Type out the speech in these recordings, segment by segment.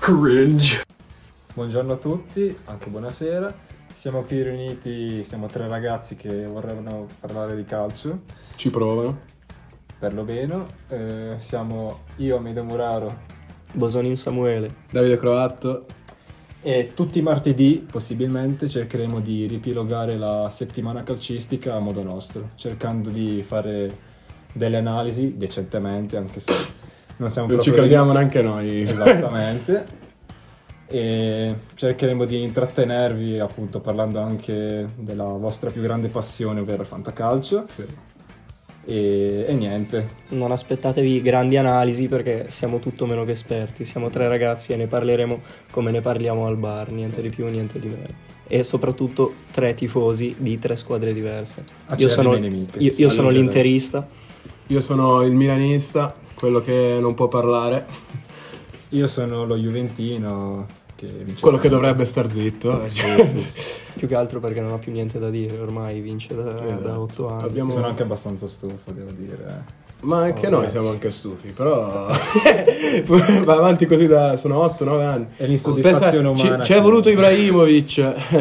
Cringe. Buongiorno a tutti, anche buonasera. Siamo qui riuniti, siamo tre ragazzi che vorrebbero parlare di calcio, Ci provano. perlomeno. Siamo io, Amedeo Muraro, Bosonin Samuele. Davide Croatto. e tutti i martedì, possibilmente, cercheremo di riepilogare la settimana calcistica a modo nostro, cercando di fare delle analisi decentemente, anche se non siamo Non ci proprio crediamo neanche noi. Esattamente. E cercheremo di intrattenervi appunto parlando anche della vostra più grande passione, ovvero il fantacalcio. Sì. E niente, Non aspettatevi grandi analisi perché siamo tutto meno che esperti. Siamo tre ragazzi e ne parleremo come ne parliamo al bar, niente di più, niente di meno. E soprattutto tre tifosi di tre squadre diverse. Io sono, nemiche. io sono l'interista. Io sono il milanista, quello che non può parlare, Io sono lo juventino che vince quello che sempre. dovrebbe star zitto. Più che altro perché non ho più niente da dire, ormai vince da 8 anni. Abbiamo- Sono anche abbastanza stufo, devo dire. Ma anche noi grazie. siamo anche stufi, però va avanti così sono 8-9 anni. È l'insoddisfazione Pensa, umana ci è che- voluto Ibrahimovic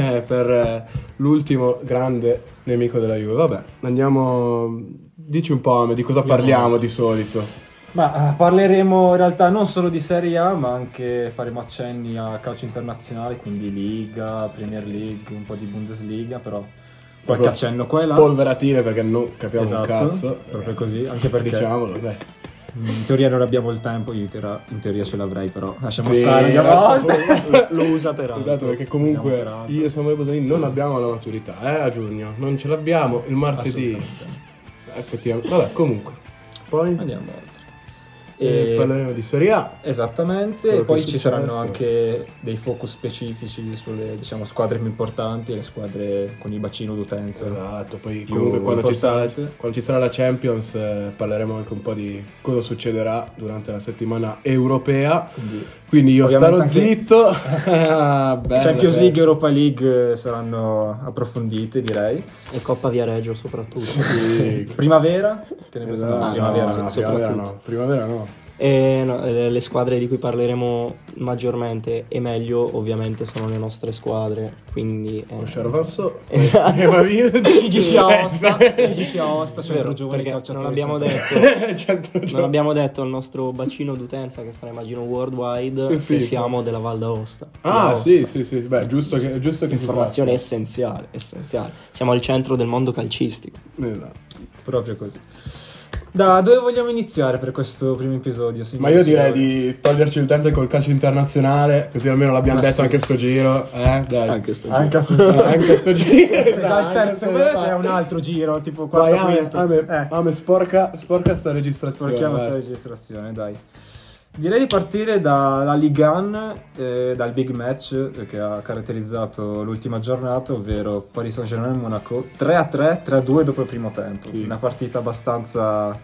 per l'ultimo grande nemico della Juve. Vabbè, andiamo. Dici un po', Ame, di cosa parliamo di solito? Ma parleremo in realtà non solo di Serie A, ma anche faremo accenni a calcio internazionale, quindi Liga, Premier League, un po' di Bundesliga, però qualche accenno qua e là. Spolveratine perché non capiamo Esatto, un cazzo. proprio così, anche perché Diciamolo, dai. in teoria non abbiamo il tempo, io in teoria ce l'avrei, però lasciamo Sì, stare, andiamo avanti. Lo usa per altro. Esatto, perché comunque Siamo per io e Samuele Bosolini non abbiamo la maturità, a giugno, non ce l'abbiamo il martedì. Assolutamente. Effettivamente. Vabbè, comunque. Poi Andiamo avanti. parleremo di Serie A. Esattamente, Quello e poi che è ci successo. saranno anche dei focus specifici sulle, diciamo, squadre più importanti e le squadre con il bacino d'utenza. Esatto, poi Più comunque importante. quando ci sarà la Champions parleremo anche un po' di cosa succederà durante la settimana europea. Quindi io starò ovviamente anche- zitto. Bella, Champions bella. League, Europa League saranno approfondite, direi. E Coppa Viareggio soprattutto. Sì. Primavera? Che ne Esatto. pensate? No, Primavera. no, soprattutto. primavera no. E no, le squadre di cui parleremo maggiormente e meglio ovviamente sono le nostre squadre, quindi Lo Sciarroverso. Esatto. CGC Aosta, CGC Aosta, centro Vero, giovani perché calciatori. non abbiamo sempre. detto non abbiamo detto al nostro bacino d'utenza, che sarà immagino worldwide, Sì. che siamo della Val d'Aosta. Ah, D'Aosta. sì. Beh, giusto che si Informazione sappia. essenziale. Siamo al centro del mondo calcistico. Esatto. Proprio così. Da dove vogliamo iniziare per questo primo episodio? Ma io direi di toglierci il tempo col calcio internazionale, così almeno l'abbiamo Ma detto sì. anche sto giro. Dai. Anche sto Anche a Anche sto giro. Se già il terzo, se è un altro giro, tipo Vai, quarto, quinto. Ame, sporca sta registrazione. Porchiamo vai. sta registrazione, dai. Direi di partire dalla Ligue 1, dal big match che ha caratterizzato l'ultima giornata, ovvero Paris Saint-Germain e Monaco, 3-3, 3-2 dopo il primo tempo. Sì. Una partita abbastanza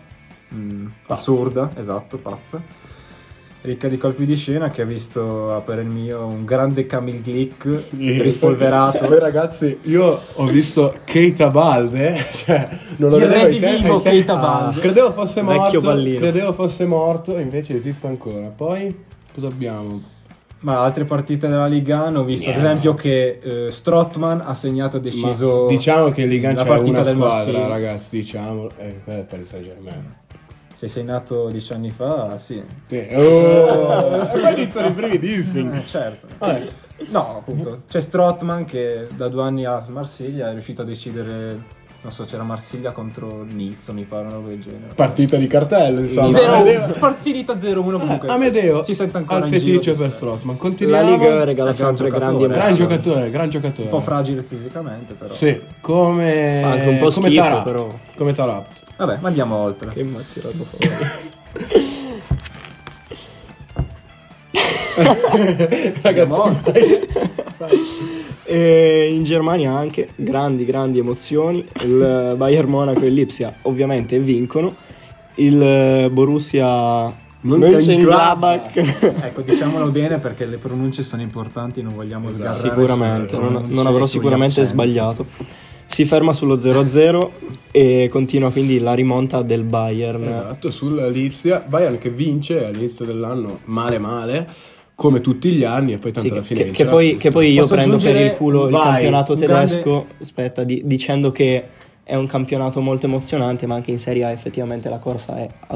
assurda, esatto, pazza. Ricca di colpi di scena che ha visto, a parer mio, un grande Camille Glick Sì. rispolverato. Poi ragazzi, io ho visto Keita Balde, cioè non lo Il vedevo ai redivivo tempi. Keita Balde. Credevo fosse Vecchio morto, pallino. invece esiste ancora. Poi cosa abbiamo? Ma altre partite della Ligue 1 ho visto, ad esempio, che Strootman ha segnato deciso. Ma diciamo che in Liga la c'è partita una del squadra, Marsiglia. ragazzi, diciamo, per il Saint-Germain. Se sei nato 10 anni fa, sì. Oh, e poi iniziano i brividissimi. Certo. Vabbè. No, appunto. C'è Strootman che da 2 anni a Marsiglia è riuscito a decidere, non so, c'era Marsiglia contro Nizza, mi pare, una roba del genere. Partita di cartello, insomma. 0-1, finita 0-1 comunque. Amedeo si sente ancora al in giro, feticcio si per sente. Strootman. La Continuiamo. Liga regala È sempre gran grandi giocatore. emozioni. Gran giocatore. Un po' fragile fisicamente, però. Sì, come Fa anche un po' come schifo, Taarabt. però. Come Taarabt. Vabbè, ma andiamo oltre. Che mi ha tirato fuori. Ragazzi, E in Germania anche grandi emozioni. Il Bayern Monaco e l'Ipsia ovviamente vincono. Il Borussia Mönchengladbach Ecco, diciamolo bene perché le pronunce sono importanti, non vogliamo Esatto. sgarrare. sicuramente, sulle non pronunce, avrò sugli sicuramente accenti. sbagliato. Si ferma sullo 0-0 e continua quindi la rimonta del Bayern. esatto, sull'Lipsia. Bayern che vince all'inizio dell'anno male, come tutti gli anni, e poi tanto alla fine che poi io Posso prendo per il culo il Vai, campionato un tedesco, aspetta, dicendo che è un campionato molto emozionante, ma anche in Serie A effettivamente la corsa è a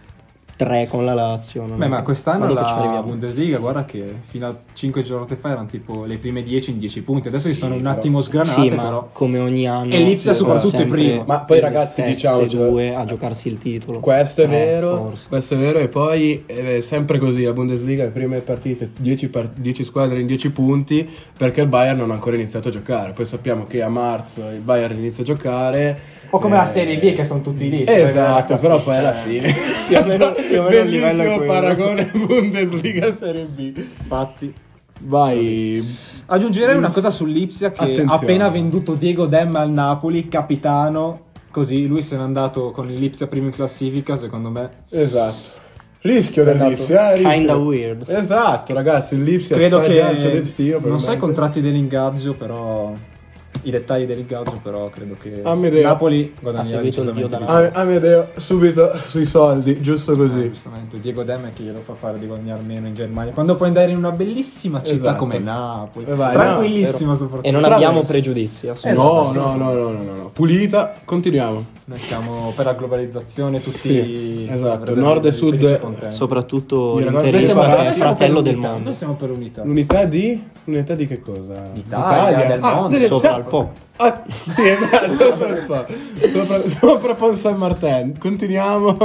2-3 con la Lazio. Ma quest'anno dopo ci la arriviamo. Bundesliga, guarda che fino a 5 giornate fa erano tipo le prime 10 in 10 punti. Adesso si sono un attimo sgranate, Sì, ma però. come ogni anno E Lipsia sono soprattutto sempre primo. Ma poi, le ragazzi, stesse diciamocelo, due a giocarsi il titolo. Questo è 3, vero, forse. questo è vero, e poi è sempre così, la Bundesliga, le prime partite, 10 squadre in 10 punti, perché il Bayern non ha ancora iniziato a giocare. Poi sappiamo che a marzo il Bayern inizia a giocare. O come la Serie B, che sono tutti lì. Esatto, però poi alla fine Più o meno il livello è bellissimo quello. paragone Bundesliga Serie B. Infatti. Vai. Aggiungerei una cosa sull'Ipsia, che Attenzione. ha appena venduto Diego Dem al Napoli, capitano, così lui se n'è andato con l'Ipsia primo in classifica, secondo me. Esatto. Rischio Sei dell'Ipsia, rischio. Kinda weird. Esatto, ragazzi, il Lipsia Credo sa che già il suo destino. non so i probabilmente. contratti dell'ingaggio, però i dettagli dell'ingaggio, però credo che Amedeo. Napoli Ha guadagnerà seguito il dio decisamente di più. Amedeo, subito sui soldi, giusto così. Giustamente, Diego Dem è che glielo fa fare di guadagnare meno in Germania, quando puoi andare in una bellissima città Esatto. come Napoli, Vai, tranquillissima soprattutto. E non Strano. abbiamo pregiudizi, No, assolutamente. no. Pulita, continuiamo. Noi siamo per la globalizzazione tutti. Sì, esatto, avrebbero nord e felici sud. e contenti. Soprattutto Io, ragazzi, l'interista noi siamo- è noi fratello del l'unità. mondo. Noi siamo per l'unità. L'unità di che cosa? D'Italia, del mondo. Sopra al Po. Ah, sì, esatto, sopra Pont Saint Martin. Continuiamo.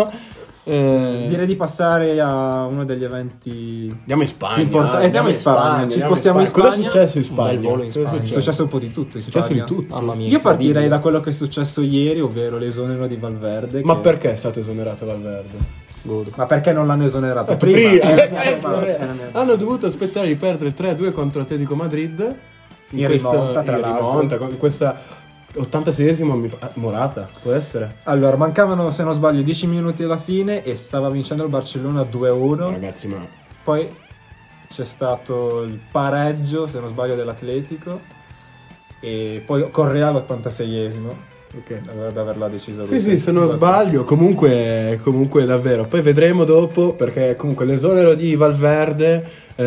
Direi di passare a uno degli eventi Andiamo in Spagna. più importanti. Siamo in Spagna, ci spostiamo in Cosa è Spagna. successo in Un Spagna? bel volo in Cosa è Spagna. È successo un po' di tutto in È successo Spagna. di tutto. Mamma mia, Io partirei incredibile. da quello che è successo ieri, ovvero l'esonero di Valverde. Ma che- perché è stato esonerato Valverde? Godo. Ma perché non l'hanno esonerato Prima. prima? Hanno dovuto aspettare di perdere 3-2 contro Atletico Madrid. In rimonta, tra l'altro. rimonta, con questa 86esima Morata, può essere? Allora, mancavano, se non sbaglio, 10 minuti alla fine e stava vincendo il Barcellona 2-1. Ragazzi, ma Poi c'è stato il pareggio, se non sbaglio, dell'Atletico. E poi con Real all'86esimo. ok. Dovrebbe averla decisa lui. Sì, se non sbaglio, comunque davvero. Poi vedremo dopo, perché comunque l'esonero di Valverde,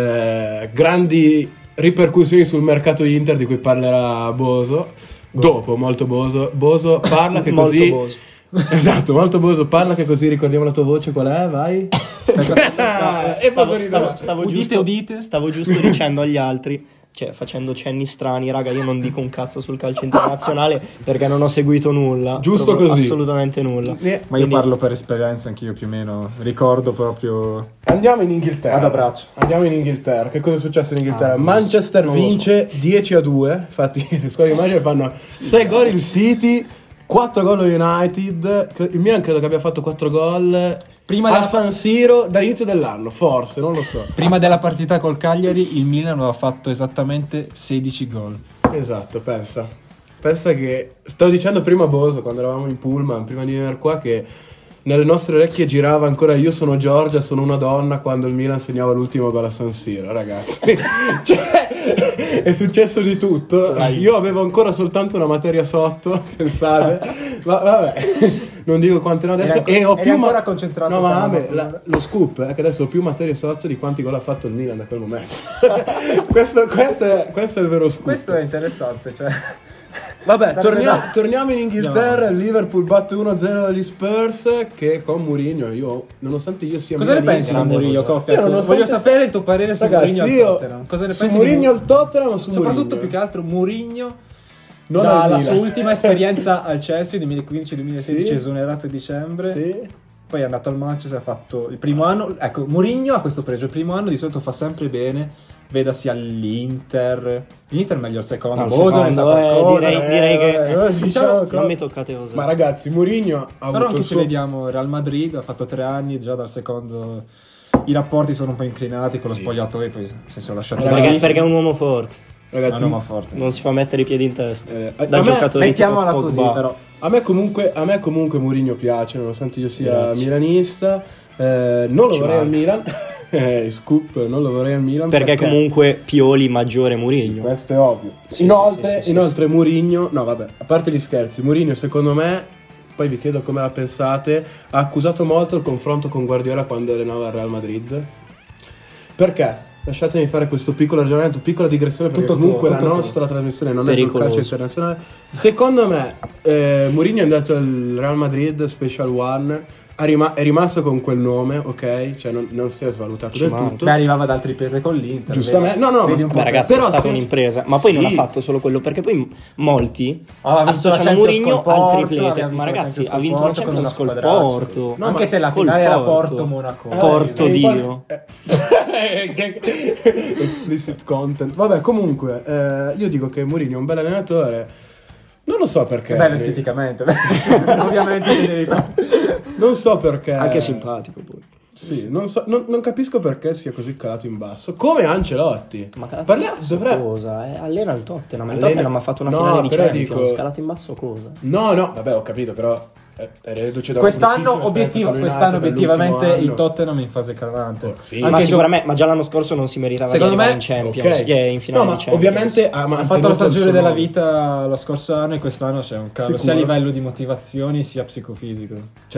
grandi ripercussioni sul mercato Inter di cui parlerà Boso. Dopo, molto Boso. Boso parla che Molto così... boso. Esatto, molto Boso parla che così ricordiamo la tua voce, qual è? Vai. E Boso ride. Stavo giusto dicendo agli altri, cioè facendo cenni strani, raga, io non dico un cazzo sul calcio internazionale perché non ho seguito nulla. Giusto proprio così. Assolutamente nulla. Ma io Quindi- parlo per esperienza, anch'io più o meno. Ricordo proprio. Andiamo in Inghilterra. Ad abbraccio. Andiamo in Inghilterra. Che cosa è successo in Inghilterra? non lo Manchester so. vince 10-2. Infatti, le squadre di Manchester fanno 6 gol il City, 4 gol lo United. Il Milan credo che abbia fatto 4 gol Prima a della- San Siro dall'inizio dell'anno, forse, non lo so. Prima della partita col Cagliari, il Milan aveva fatto esattamente 16 gol. Esatto, pensa. Pensa che stavo dicendo prima a Boso quando eravamo in pullman, prima di venire qua, che nelle nostre orecchie girava ancora "Io sono Giorgia, sono una donna" quando il Milan segnava l'ultimo gol a San Siro, ragazzi. Cioè, è successo di tutto. Io avevo ancora soltanto una materia sotto, pensate. Ma vabbè, non dico quante ne ho adesso. Eri E ho eri più ancora concentrato No, ma per la vabbè, mattina. lo scoop è che adesso ho più materie sotto di quanti gol ha fatto il Milan da quel momento. questo è il vero scoop. Questo è interessante, cioè. Vabbè, Sarebbe da- torniamo in Inghilterra. Il Liverpool batte 1-0 dagli Spurs, che con Mourinho, io, nonostante io sia Cosa ne pensi milanista, di grande Mourinho, cosa. Coffee? Io Ecco, nonostante- voglio sapere il tuo parere su Ragazzi, Mourinho al io Tottenham. Cosa ne su pensi Mourinho di al Tottenham o su Soprattutto Mourinho? più che altro Mourinho Non al dalla Milan. sua ultima esperienza al Chelsea 2015-2016, Sì. esonerato a dicembre. Sì. Poi è andato al Manchester, ha fatto il primo anno. Ecco, Mourinho ha questo pregio. Il primo anno di solito fa sempre bene. Vedasi all'Inter. L'Inter è meglio il secondo. Al Boso ne sa secondo, qualcosa. direi che diciamo non mi toccate così. Ma ragazzi, Mourinho ha Però avuto anche il se suo... vediamo Real Madrid, ha fatto 3 anni, già dal secondo i rapporti sono un po' inclinati con lo spogliatoio, poi si sono lasciati Perché è un uomo forte, Ragazzi, ma forte. non si fa mettere i piedi in testa. a Da me- giocatore Mettiamola tipo così, Pogba. però. A me comunque Mourinho piace, nonostante io sia Grazie. milanista. Non lo Ci vorrei al manca. Milan. Scoop, non lo vorrei al Milan. Perché comunque Pioli maggiore Sì, Mourinho. questo è ovvio. Sì, Inoltre, sì, inoltre Mourinho, no vabbè, a parte gli scherzi, Mourinho secondo me, poi vi chiedo come la pensate, ha accusato molto il confronto con Guardiola quando allenava il Real Madrid. Perché? lasciatemi fare questo piccolo ragionamento, piccola digressione, perché Tutto comunque tuo, la tutto nostra trasmissione non è sul Pericoloso. calcio internazionale. Secondo me Mourinho è andato al Real Madrid Special One, è rimasto con quel nome, ok? Cioè non si è svalutato Ci del manca. tutto. Beh, arrivava dal triplete con l'Inter. Giustamente. vedi? No, Vedi ma un po'. Beh, ragazzi, però è stata se- un'impresa. Ma poi non sì. ha fatto solo quello, perché poi molti Aveva vinto la associano Champions Mourinho col al Porto, triplete. aveva vinto Ma la ragazzi, Champions ha vinto la col Porto con Champions col una squadraccio. Porto. No, Anche ma se la col finale era Porto. Porto-Monaco. Porto Dio. Explicit content. Vabbè, comunque, io dico che Mourinho è un bel allenatore. Non lo so perché. Che bello esteticamente. Ovviamente ti devi fare. Non so perché. Anche simpatico poi. Sì, non capisco perché sia così calato in basso. Come Ancelotti. Ma calato in Parliamo- basso dovrebbe- cosa? Allena il Tottenham. Il Allena- Tottenham ha fatto una No, finale di però Champions. dico- Calato in basso cosa? No, vabbè, ho capito, però. Reduce da Quest'anno, bruttissima esperienza con quest'anno United obiettivamente dell'ultimo il anno. Tottenham è in fase calante. Sì. Anche Ma gio- sicuramente, ma già l'anno scorso non si meritava Secondo di arrivare me- in Champions. Ok. In finale No, ma di Champions. ovviamente ha ha mantenuto fatto la il stagione suo della nome. vita lo scorso anno e quest'anno c'è un calo sia a Sicuro? livello di motivazioni sia psicofisico.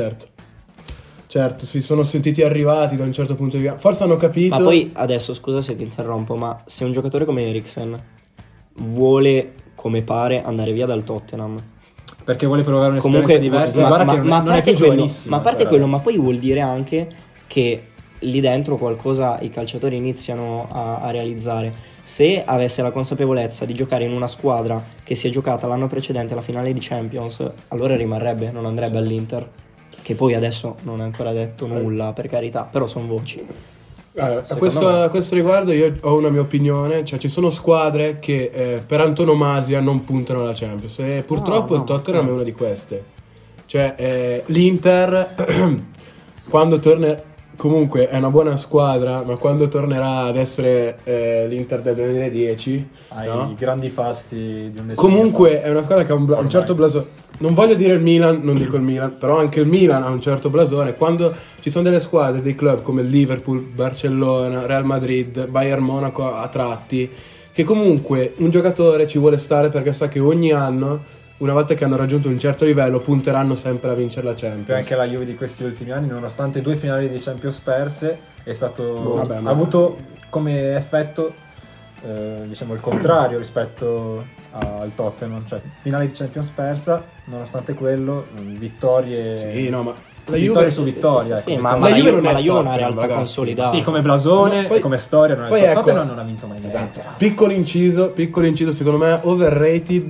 Certo, si sono sentiti arrivati da un certo punto di vista. Forse hanno capito. Ma poi adesso, scusa se ti interrompo, ma se un giocatore come Eriksen vuole, come pare, andare via dal Tottenham, Perché vuole provare un'esperienza comunque, diversa. Guarda che non a è parte più quello, giovanissimo. ma a parte però. quello, ma poi vuol dire anche che lì dentro qualcosa i calciatori iniziano a realizzare. Se avesse la consapevolezza di giocare in una squadra che si è giocata l'anno precedente la finale di Champions, allora rimarrebbe, non andrebbe all'Inter. Che poi adesso non è ancora detto nulla, per carità, però sono voci. Allora, a Secondo me- questo riguardo io ho una mia opinione, cioè ci sono squadre che per antonomasia non puntano alla Champions e purtroppo No, il Tottenham è una di queste. Cioè l'Inter quando torna comunque è una buona squadra, ma quando tornerà ad essere l'Inter del 2010, Hai no? i grandi fasti di un decennio Comunque fa. è una squadra che ha un certo blasone. Non voglio dire il Milan, non dico il Milan, però anche il Milan ha un certo blasone. Quando ci sono delle squadre, dei club come il Liverpool, Barcellona, Real Madrid, Bayern Monaco a tratti, che comunque un giocatore ci vuole stare perché sa che ogni anno, una volta che hanno raggiunto un certo livello, punteranno sempre a vincere la Poi Champions. anche la Juve di questi ultimi anni, nonostante 2 finali di Champions perse, è stato Vabbè, ma- ha avuto come effetto diciamo il contrario rispetto al Tottenham, cioè finale di Champions persa, nonostante quello vittorie Sì, no, ma la vittorie Juve su vittoria. Sì, ecco, ma, mettiamola. la Juve non è Tottenham, una realtà ragazzi. consolidata. Sì, come blasone No, poi- e come storia non è poi il ecco- Tottenham non ha vinto mai niente. Piccolo inciso, secondo me overrated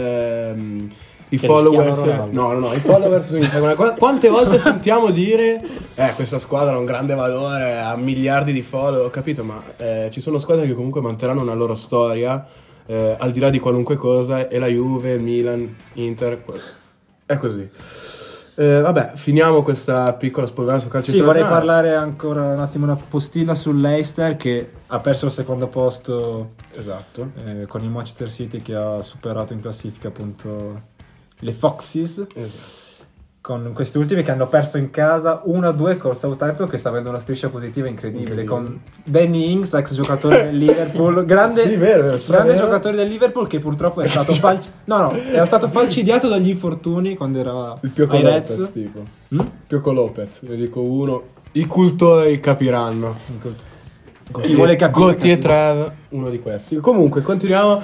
i Cristiano followers. Ronaldo. No, i followers su Instagram. Quante volte sentiamo dire questa squadra ha un grande valore, ha miliardi di follower, ho capito, ma ci sono squadre che comunque manterranno una loro storia al di là di qualunque cosa, e la Juve, il Milan, Inter, è così. Vabbè, finiamo questa piccola spolverata su calcio Sì, vorrei internazionale. parlare ancora un attimo una postilla sull'Leicester che ha perso il secondo posto Esatto. con il Manchester City che ha superato in classifica appunto le Foxes, Esatto. con questi ultimi che hanno perso in casa 1-2 col Southampton che sta avendo una striscia positiva incredibile, con Danny Ings, ex giocatore del Liverpool, grande, Sì, vero, grande vero. giocatore del Liverpool che purtroppo è stato era stato falcidiato dagli infortuni quando era Il Pioco ai Lopez, Reds. tipo. Pioco Lopez, ne dico uno. I cultori capiranno. Chi vuole capire, Gotti e capire. Trev, uno di questi. Comunque, continuiamo.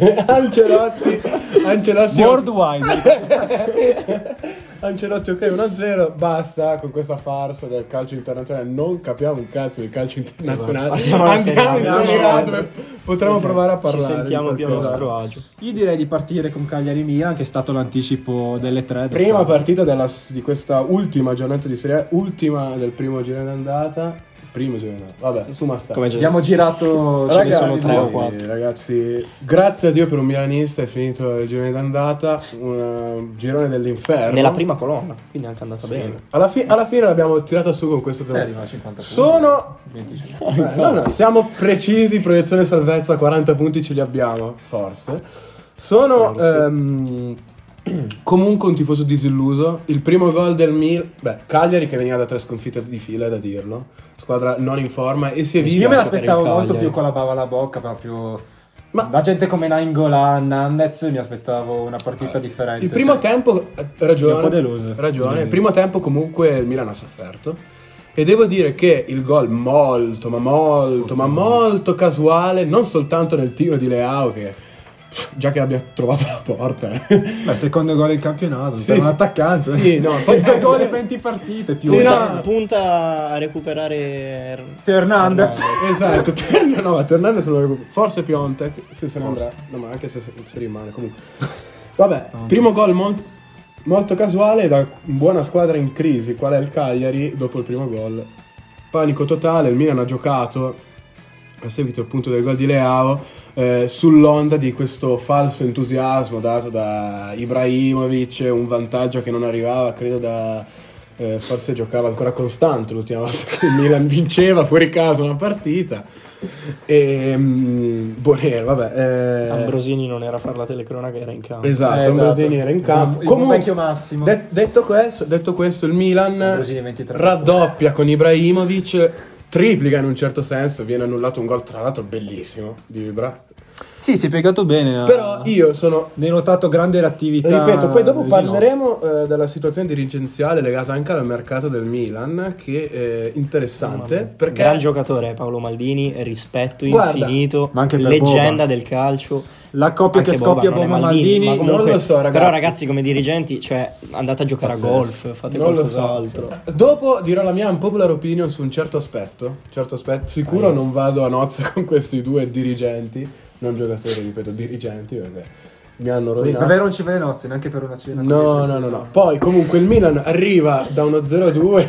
Ancelotti. Worldwide. Ancelotti, ok, 1-0. Basta con questa farsa del calcio internazionale. Non capiamo un cazzo di calcio internazionale. Passiamo alla Serie A. Andiamo in Serie A dove potremo provare a Ci parlare. sentiamo di più a qualcosa. nostro agio. Io direi di partire con Cagliari-Milan che è stato l'anticipo delle 3. Prima partita di questa ultima giornata di Serie A, ultima del primo giro d'andata. Primo giro d'andata. Vabbè, su Mastà. Come Abbiamo girato, ce ne sono 3 o 4. Ragazzi, grazie a Dio per un milanista è finito il girone d'andata, un girone dell'inferno. Nella prima colonna, quindi è anche andata Sì. bene. Alla fine l'abbiamo tirata su con questo tema. Arriva a 50 punti. Sono 25. no, siamo precisi, proiezione salvezza, 40 punti ce li abbiamo, forse. Sono comunque un tifoso disilluso. Il primo gol del Cagliari che veniva da 3 sconfitte di fila, è da dirlo. Squadra non in forma e si è Mi visto. Io me per il l'aspettavo molto Cagliari. più con la bava alla bocca, proprio. Ma- da gente come Nainggolan, Nandez, mi aspettavo una partita differente. Il primo cioè, tempo, mi ha ragione. un po' deluso. Ragione. Il primo tempo comunque il Milan ha sofferto. E devo dire che il gol molto casuale, non soltanto nel tiro di Leao, che già che abbia trovato la porta. Beh, secondo gol in campionato, Sì, per un sì. attaccante. Sì, no, poi 2 gol in 20 partite, più Sì, una. no. Punta a recuperare Teo Hernandez. esatto, ma Hernandez forse Piontek se ne andrà, no, ma anche se rimane comunque. Vabbè, primo gol molto casuale da buona squadra in crisi, qual è il Cagliari dopo il primo gol. Panico totale, il Milan ha giocato a seguito appunto del gol di Leao sull'onda di questo falso entusiasmo dato da Ibrahimovic, un vantaggio che non arrivava, credo da forse giocava ancora Costante l'ultima volta che il Milan vinceva fuori casa una partita. E Bonero, vabbè, Ambrosini non era a fare la telecronaca, era in campo. esatto, Ambrosini era in campo. Il Comunque, vecchio Massimo. detto questo, il Milan Ambrosini 23. raddoppia con Ibrahimovic, triplica in un certo senso, viene annullato un gol tra l'altro bellissimo di Ibra. Sì, si è piegato bene. Però io sono, denotato grande l'attività. ripeto, poi dopo del parleremo della situazione dirigenziale legata anche al mercato del Milan, che è interessante, perché Gran giocatore Paolo Maldini, rispetto Guarda, infinito, ma anche per leggenda Boba. del calcio. La coppia che Anche scoppia non è Boba Maldini, Maldini, ma comunque- non lo so, ragazzi. Però ragazzi, come dirigenti, cioè andate a giocare Pazzesco. a golf, fate non lo so. qualcos'altro. Dopo dirò la mia unpopular opinion su un certo aspetto. Sicuro non vado a nozze con questi due dirigenti, non giocatori, ripeto, dirigenti, perché mi hanno rovinato. Davvero non ci vede nozze, neanche per una cena. No. Poi comunque il Milan arriva da uno 0-2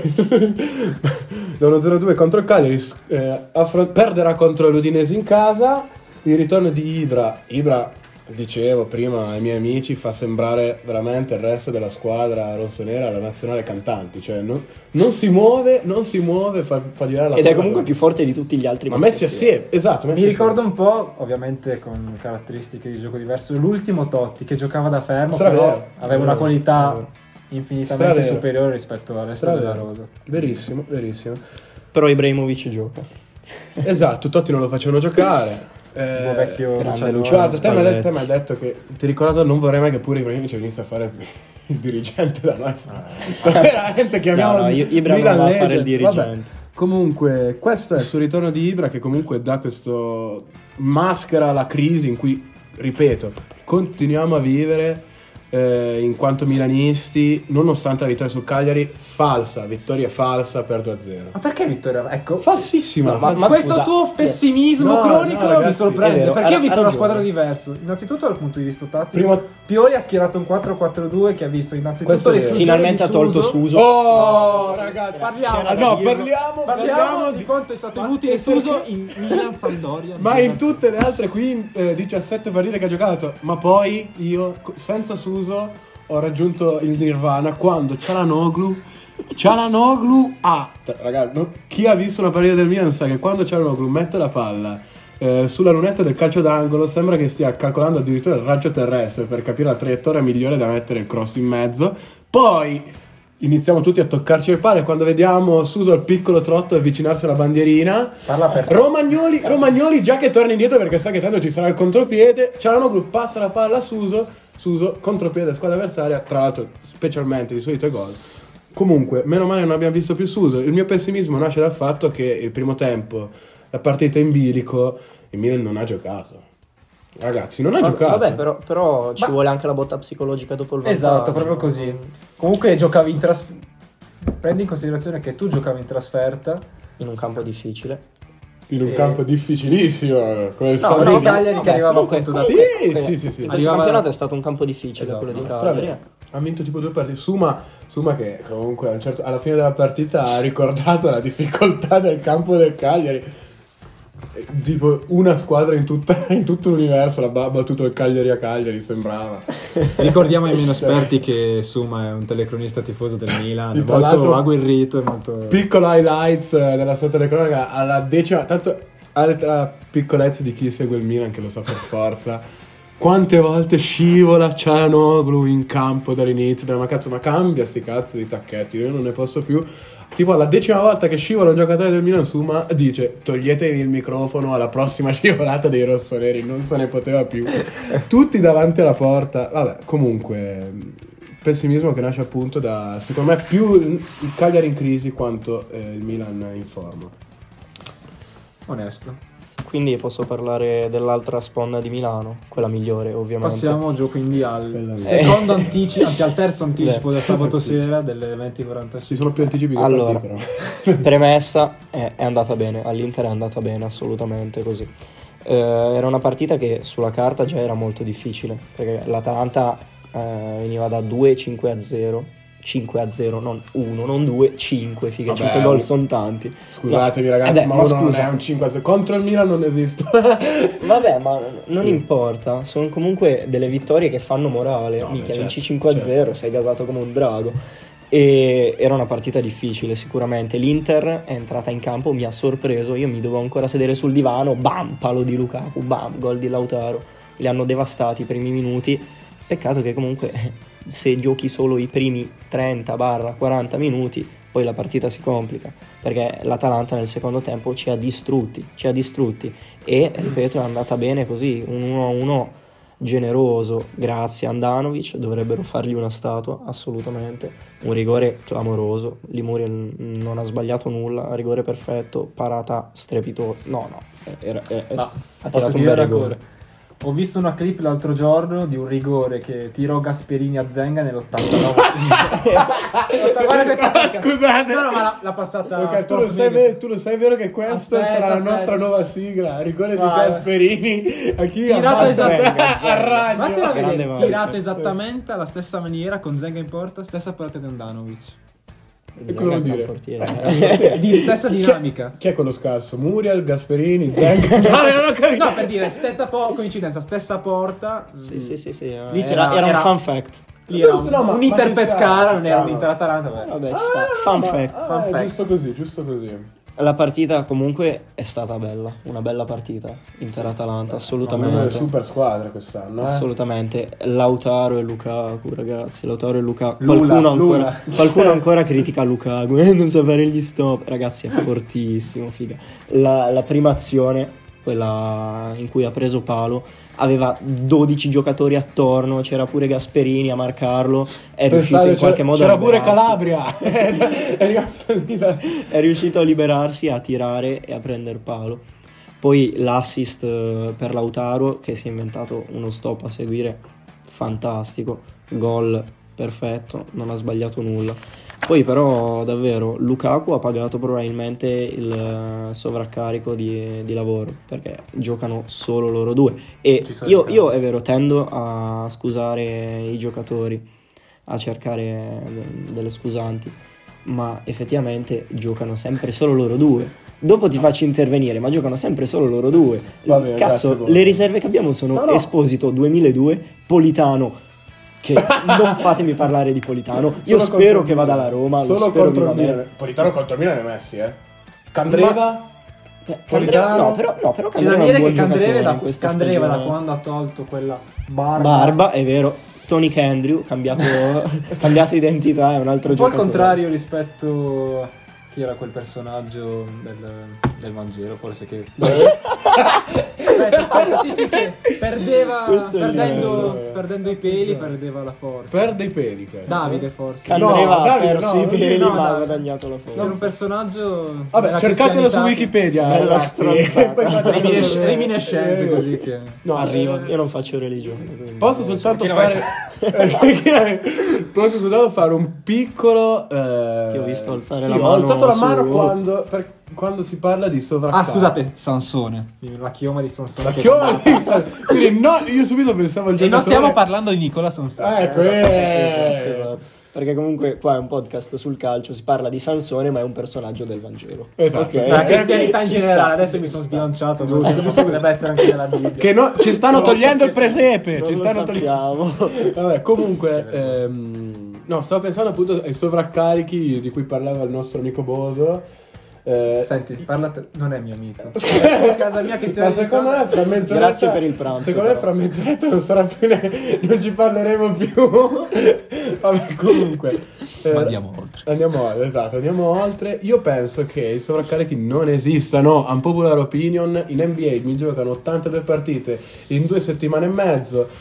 da uno 0-2 contro il Cagliari, perderà contro l'Udinese in casa. Il ritorno di Ibra, dicevo prima ai miei amici, fa sembrare veramente il resto della squadra rossonera la nazionale cantanti, cioè non si muove, fa girare la Ed è palla. comunque più forte di tutti gli altri ma messi possessi. assieme, esatto, messi Mi assieme. ricordo un po', ovviamente con caratteristiche di gioco diverso, l'ultimo Totti che giocava da fermo, Stra però vero. aveva una qualità Stra infinitamente vero. superiore rispetto al resto della rosa. Verissimo. Però Ibrahimovic gioca. Esatto, Totti non lo facevano giocare. Il buon vecchio grande Luciano. Luciano. Guarda, te mi Spalletti. hai detto che ti ricordo, non vorrei mai che pure Ibrahimovic venisse a fare il dirigente da noi. Veramente chiamiamo No, Ibra non Milan va a fare il Legends. dirigente. Vabbè. Comunque, questo è sul ritorno di Ibra, che comunque dà questo maschera la crisi in cui, ripeto, continuiamo a vivere in quanto milanisti, nonostante la vittoria sul Cagliari, vittoria falsa per 2-0. Ma perché Vittorio? Ecco, Falsissima. Ma questo scusa, tuo pessimismo no, cronico no, ragazzi, mi sorprende, è vero, perché ha ho visto una ragione. squadra diversa. Innanzitutto dal punto di vista tattico, Prima- Pioli ha schierato un 4-4-2 che ha visto innanzitutto Questo è vero. l'esclusione Finalmente di ha tolto Suso. Suso. Oh, ragazzi, Parliamo, C'era da no, dirlo. Parliamo di quanto è stato ma inutile perché- Suso in Milan Sampdoria. Ma in tutte le altre 17 partite che ha giocato. Ma poi io, senza Suso, ho raggiunto il Nirvana quando Çalhanoğlu ha... Ragazzi, chi ha visto una partita del Milan sa che quando Çalhanoğlu mette la palla sulla lunetta del calcio d'angolo, sembra che stia calcolando addirittura il raggio terrestre per capire la traiettoria migliore da mettere il cross in mezzo. Poi iniziamo tutti a toccarci le palle quando vediamo Suso al piccolo trotto avvicinarsi alla bandierina. Parla per te. Romagnoli già che torna indietro perché sa che tanto ci sarà il contropiede. Çalhanoğlu passa la palla a Suso, contropiede squadra avversaria, tra l'altro specialmente di solito è gol. Comunque, meno male non abbiamo visto più Suso. Il mio pessimismo nasce dal fatto che il primo tempo, la partita in bilico, il Milan non ha giocato. Ragazzi, non ha giocato. Vabbè, però ci vuole anche la botta psicologica dopo il vantaggio. Esatto, proprio così. Comunque giocavi in trasferta. Prendi in considerazione che tu giocavi in trasferta. In un campo difficile. In un campo difficilissimo, come il No, San no, Marino. Cagliari che arrivava comunque- appunto da Sì, comunque- sì. Questo Arrivava- campionato è stato un campo difficile, Esatto, quello di Strada. Cagliari. Ha vinto tipo 2 partite. Suma che comunque alla fine della partita ha ricordato la difficoltà del campo del Cagliari. Tipo una squadra in tutto l'universo l'ha battuto il Cagliari a Cagliari, sembrava. Ricordiamo ai meno esperti che Suma è un telecronista tifoso del Milan, Sì, tra molto l'altro- agguerrito e molto... Piccolo highlights della sua telecronaca alla 10ª, tanto altra piccolezza di chi segue il Milan che lo sa per forza. Quante volte scivola Çalhanoğlu in campo dall'inizio, ma cazzo, ma cambia sti cazzo di tacchetti, io non ne posso più. Tipo alla 10ª volta che scivola un giocatore del Milan Suma dice toglietevi il microfono alla prossima scivolata dei rossoneri, non se ne poteva più. Tutti davanti alla porta. Vabbè, comunque pessimismo che nasce appunto da, secondo me, più il Cagliari in crisi quanto il Milan in forma. Onesto. Quindi posso parlare dell'altra sponda di Milano, quella migliore ovviamente. Passiamo giù quindi al Quella- secondo anticipo, anzi al terzo anticipo del sabato Esatto. sera delle 20:45. Ci sono più anticipi che Allora, partiti, però. premessa, è andata bene, all'Inter è andata bene, assolutamente così. Era una partita che sulla carta già era molto difficile, perché l'Atalanta veniva da 2-5-0, 5-0, non 1, non 2, 5, figa, Vabbè, 5 gol sono tanti. Scusatemi No, ragazzi, ma uno scusa. non è un 5 contro il Milan non esiste. Vabbè, ma non Sì. importa, sono comunque delle vittorie che fanno morale. No, Minchia, beh, vinci certo, 5-0, certo. sei gasato come un drago. E era una partita difficile, sicuramente. L'Inter è entrata in campo, mi ha sorpreso. Io mi dovevo ancora sedere sul divano. Bam, palo di Lukaku, bam, gol di Lautaro. Li hanno devastati i primi minuti. Peccato che comunque se giochi solo i primi 30-40 minuti, poi la partita si complica, perché l'Atalanta nel secondo tempo ci ha distrutti e ripeto è andata bene così, un 1-1 generoso, grazie a Andanovic, dovrebbero fargli una statua assolutamente, un rigore clamoroso, Limuri non ha sbagliato nulla, rigore perfetto, parata strepitosa, no, Ma ha posso tirato un dire bel una cosa? rigore. Ho visto una clip l'altro giorno di un rigore che tirò Gasperini a Zenga nell'89. Guarda questa cosa. Scusate. No, ma l'ha passata Ok, Sport Media. tu lo sai vero che questo Aspetta, sarà la aspetta. nostra nuova sigla, rigore di Vai. Gasperini a chi Tirato ammazza esattamente a ragno. Vattene a Grande vedere, mano. tirato esattamente alla stessa maniera con Zenga in porta, stessa parata di Andanovic. E cosa vuol Zenga è un dire? portiere. Di stessa dinamica. Chi è quello scarso? Muriel, Gasperini, Zenga? No, non ho capito. No, per dire, stessa coincidenza, stessa porta. Sì. Lì Era un fun fact. Lì era No, ma un Inter ci sta, Pescara, ci non sta, era un ma- Inter Atalanta. Vabbè, ci sta. Fun fact. Fun fact. Giusto così, giusto così. La partita comunque è stata bella, una bella partita. Inter-Atalanta, Una assolutamente. super squadra quest'anno, Assolutamente. Lautaro e Lukaku, ragazzi. Lautaro e Lukaku. Lula. Qualcuno ancora critica Lukaku. Non sa fare gli stop. Ragazzi, è fortissimo, figa. La prima azione, quella in cui ha preso palo, aveva 12 giocatori attorno. C'era pure Gasperini a marcarlo. È riuscito in qualche modo c'era a pure liberarsi. Calabria. È rimasto lì da- È riuscito a liberarsi, a tirare e a prendere palo. Poi l'assist per Lautaro, che si è inventato uno stop a seguire fantastico, gol perfetto, non ha sbagliato nulla. Poi però davvero Lukaku ha pagato probabilmente il sovraccarico di lavoro, perché giocano solo loro due. E Ci sta io è vero, tendo a scusare i giocatori, a cercare delle scusanti, ma effettivamente giocano sempre solo loro due. Dopo ti faccio intervenire, ma giocano sempre solo loro due. Va bene, Cazzo, grazie, Bono. le riserve che abbiamo sono No, no. Esposito 2002, Politano, che non fatemi parlare di Politano. Io Solo spero contro che il vada Milan. alla Roma, lo Solo spero contro il vivamente. Milan. Politano contro il Milan è Messi, Candreva? Candreva, no, però C'è da Candreva è un dire buon che Candreva giocatore da, in questa Candreva da stagione. quando ha tolto quella barba. Barba, è vero. Tony Andrew, cambiato identità, è un altro Un po' al giocatore. contrario rispetto a chi era quel personaggio del Vangelo, forse che... aspetta, sì, che perdeva, Questo è il livello. perdendo i peli, perdeva la forza. Perde i peli, credo. Davide forse. Candreva No, ha Davide, perso no, i peli, no, ma ha Davide. guadagnato la forza. C'era un personaggio... Vabbè, della cercatelo su cristianità Wikipedia. Bella ragazzi. stronzata. Poi fate- Reminiscenze così che... No, Arrivano. Io non faccio religione. quindi- Posso soltanto Chi la fare posso soltanto fare un piccolo Ti ho visto alzare sì, la ho mano alzato la su- mano quando si parla di sovraccarico. Ah, scusate, Sansone. La chioma di Sansone. La chioma quindi no, io subito pensavo al E non giocatore. stiamo parlando di Nicola Sansone. Ecco, Esatto. Perché comunque qua è un podcast sul calcio, si parla di Sansone, ma è un personaggio del Vangelo. Esatto. Ok? La cristianità in Ci generale, sta, adesso mi ci sono sta. sbilanciato, giusto, potrebbe essere anche nella Bibbia. Che no, ci stanno Non lo togliendo il sapessi. presepe, Non ci lo stanno togliendo. sappiamo. Vabbè, comunque no, stavo pensando appunto ai sovraccarichi di cui parlava il nostro amico Boso. Senti, non è mio amico. È a casa mia che Ma stiamo secondo me fra mezz'oretta Grazie per il pranzo, secondo me però. fra mezz'oretta non sarà più non ci parleremo più. Vabbè, comunque Ma andiamo oltre. andiamo oltre. Io penso che i sovraccarichi non esistano. Unpopular opinion, in NBA mi giocano 82 partite in 2 settimane e mezzo.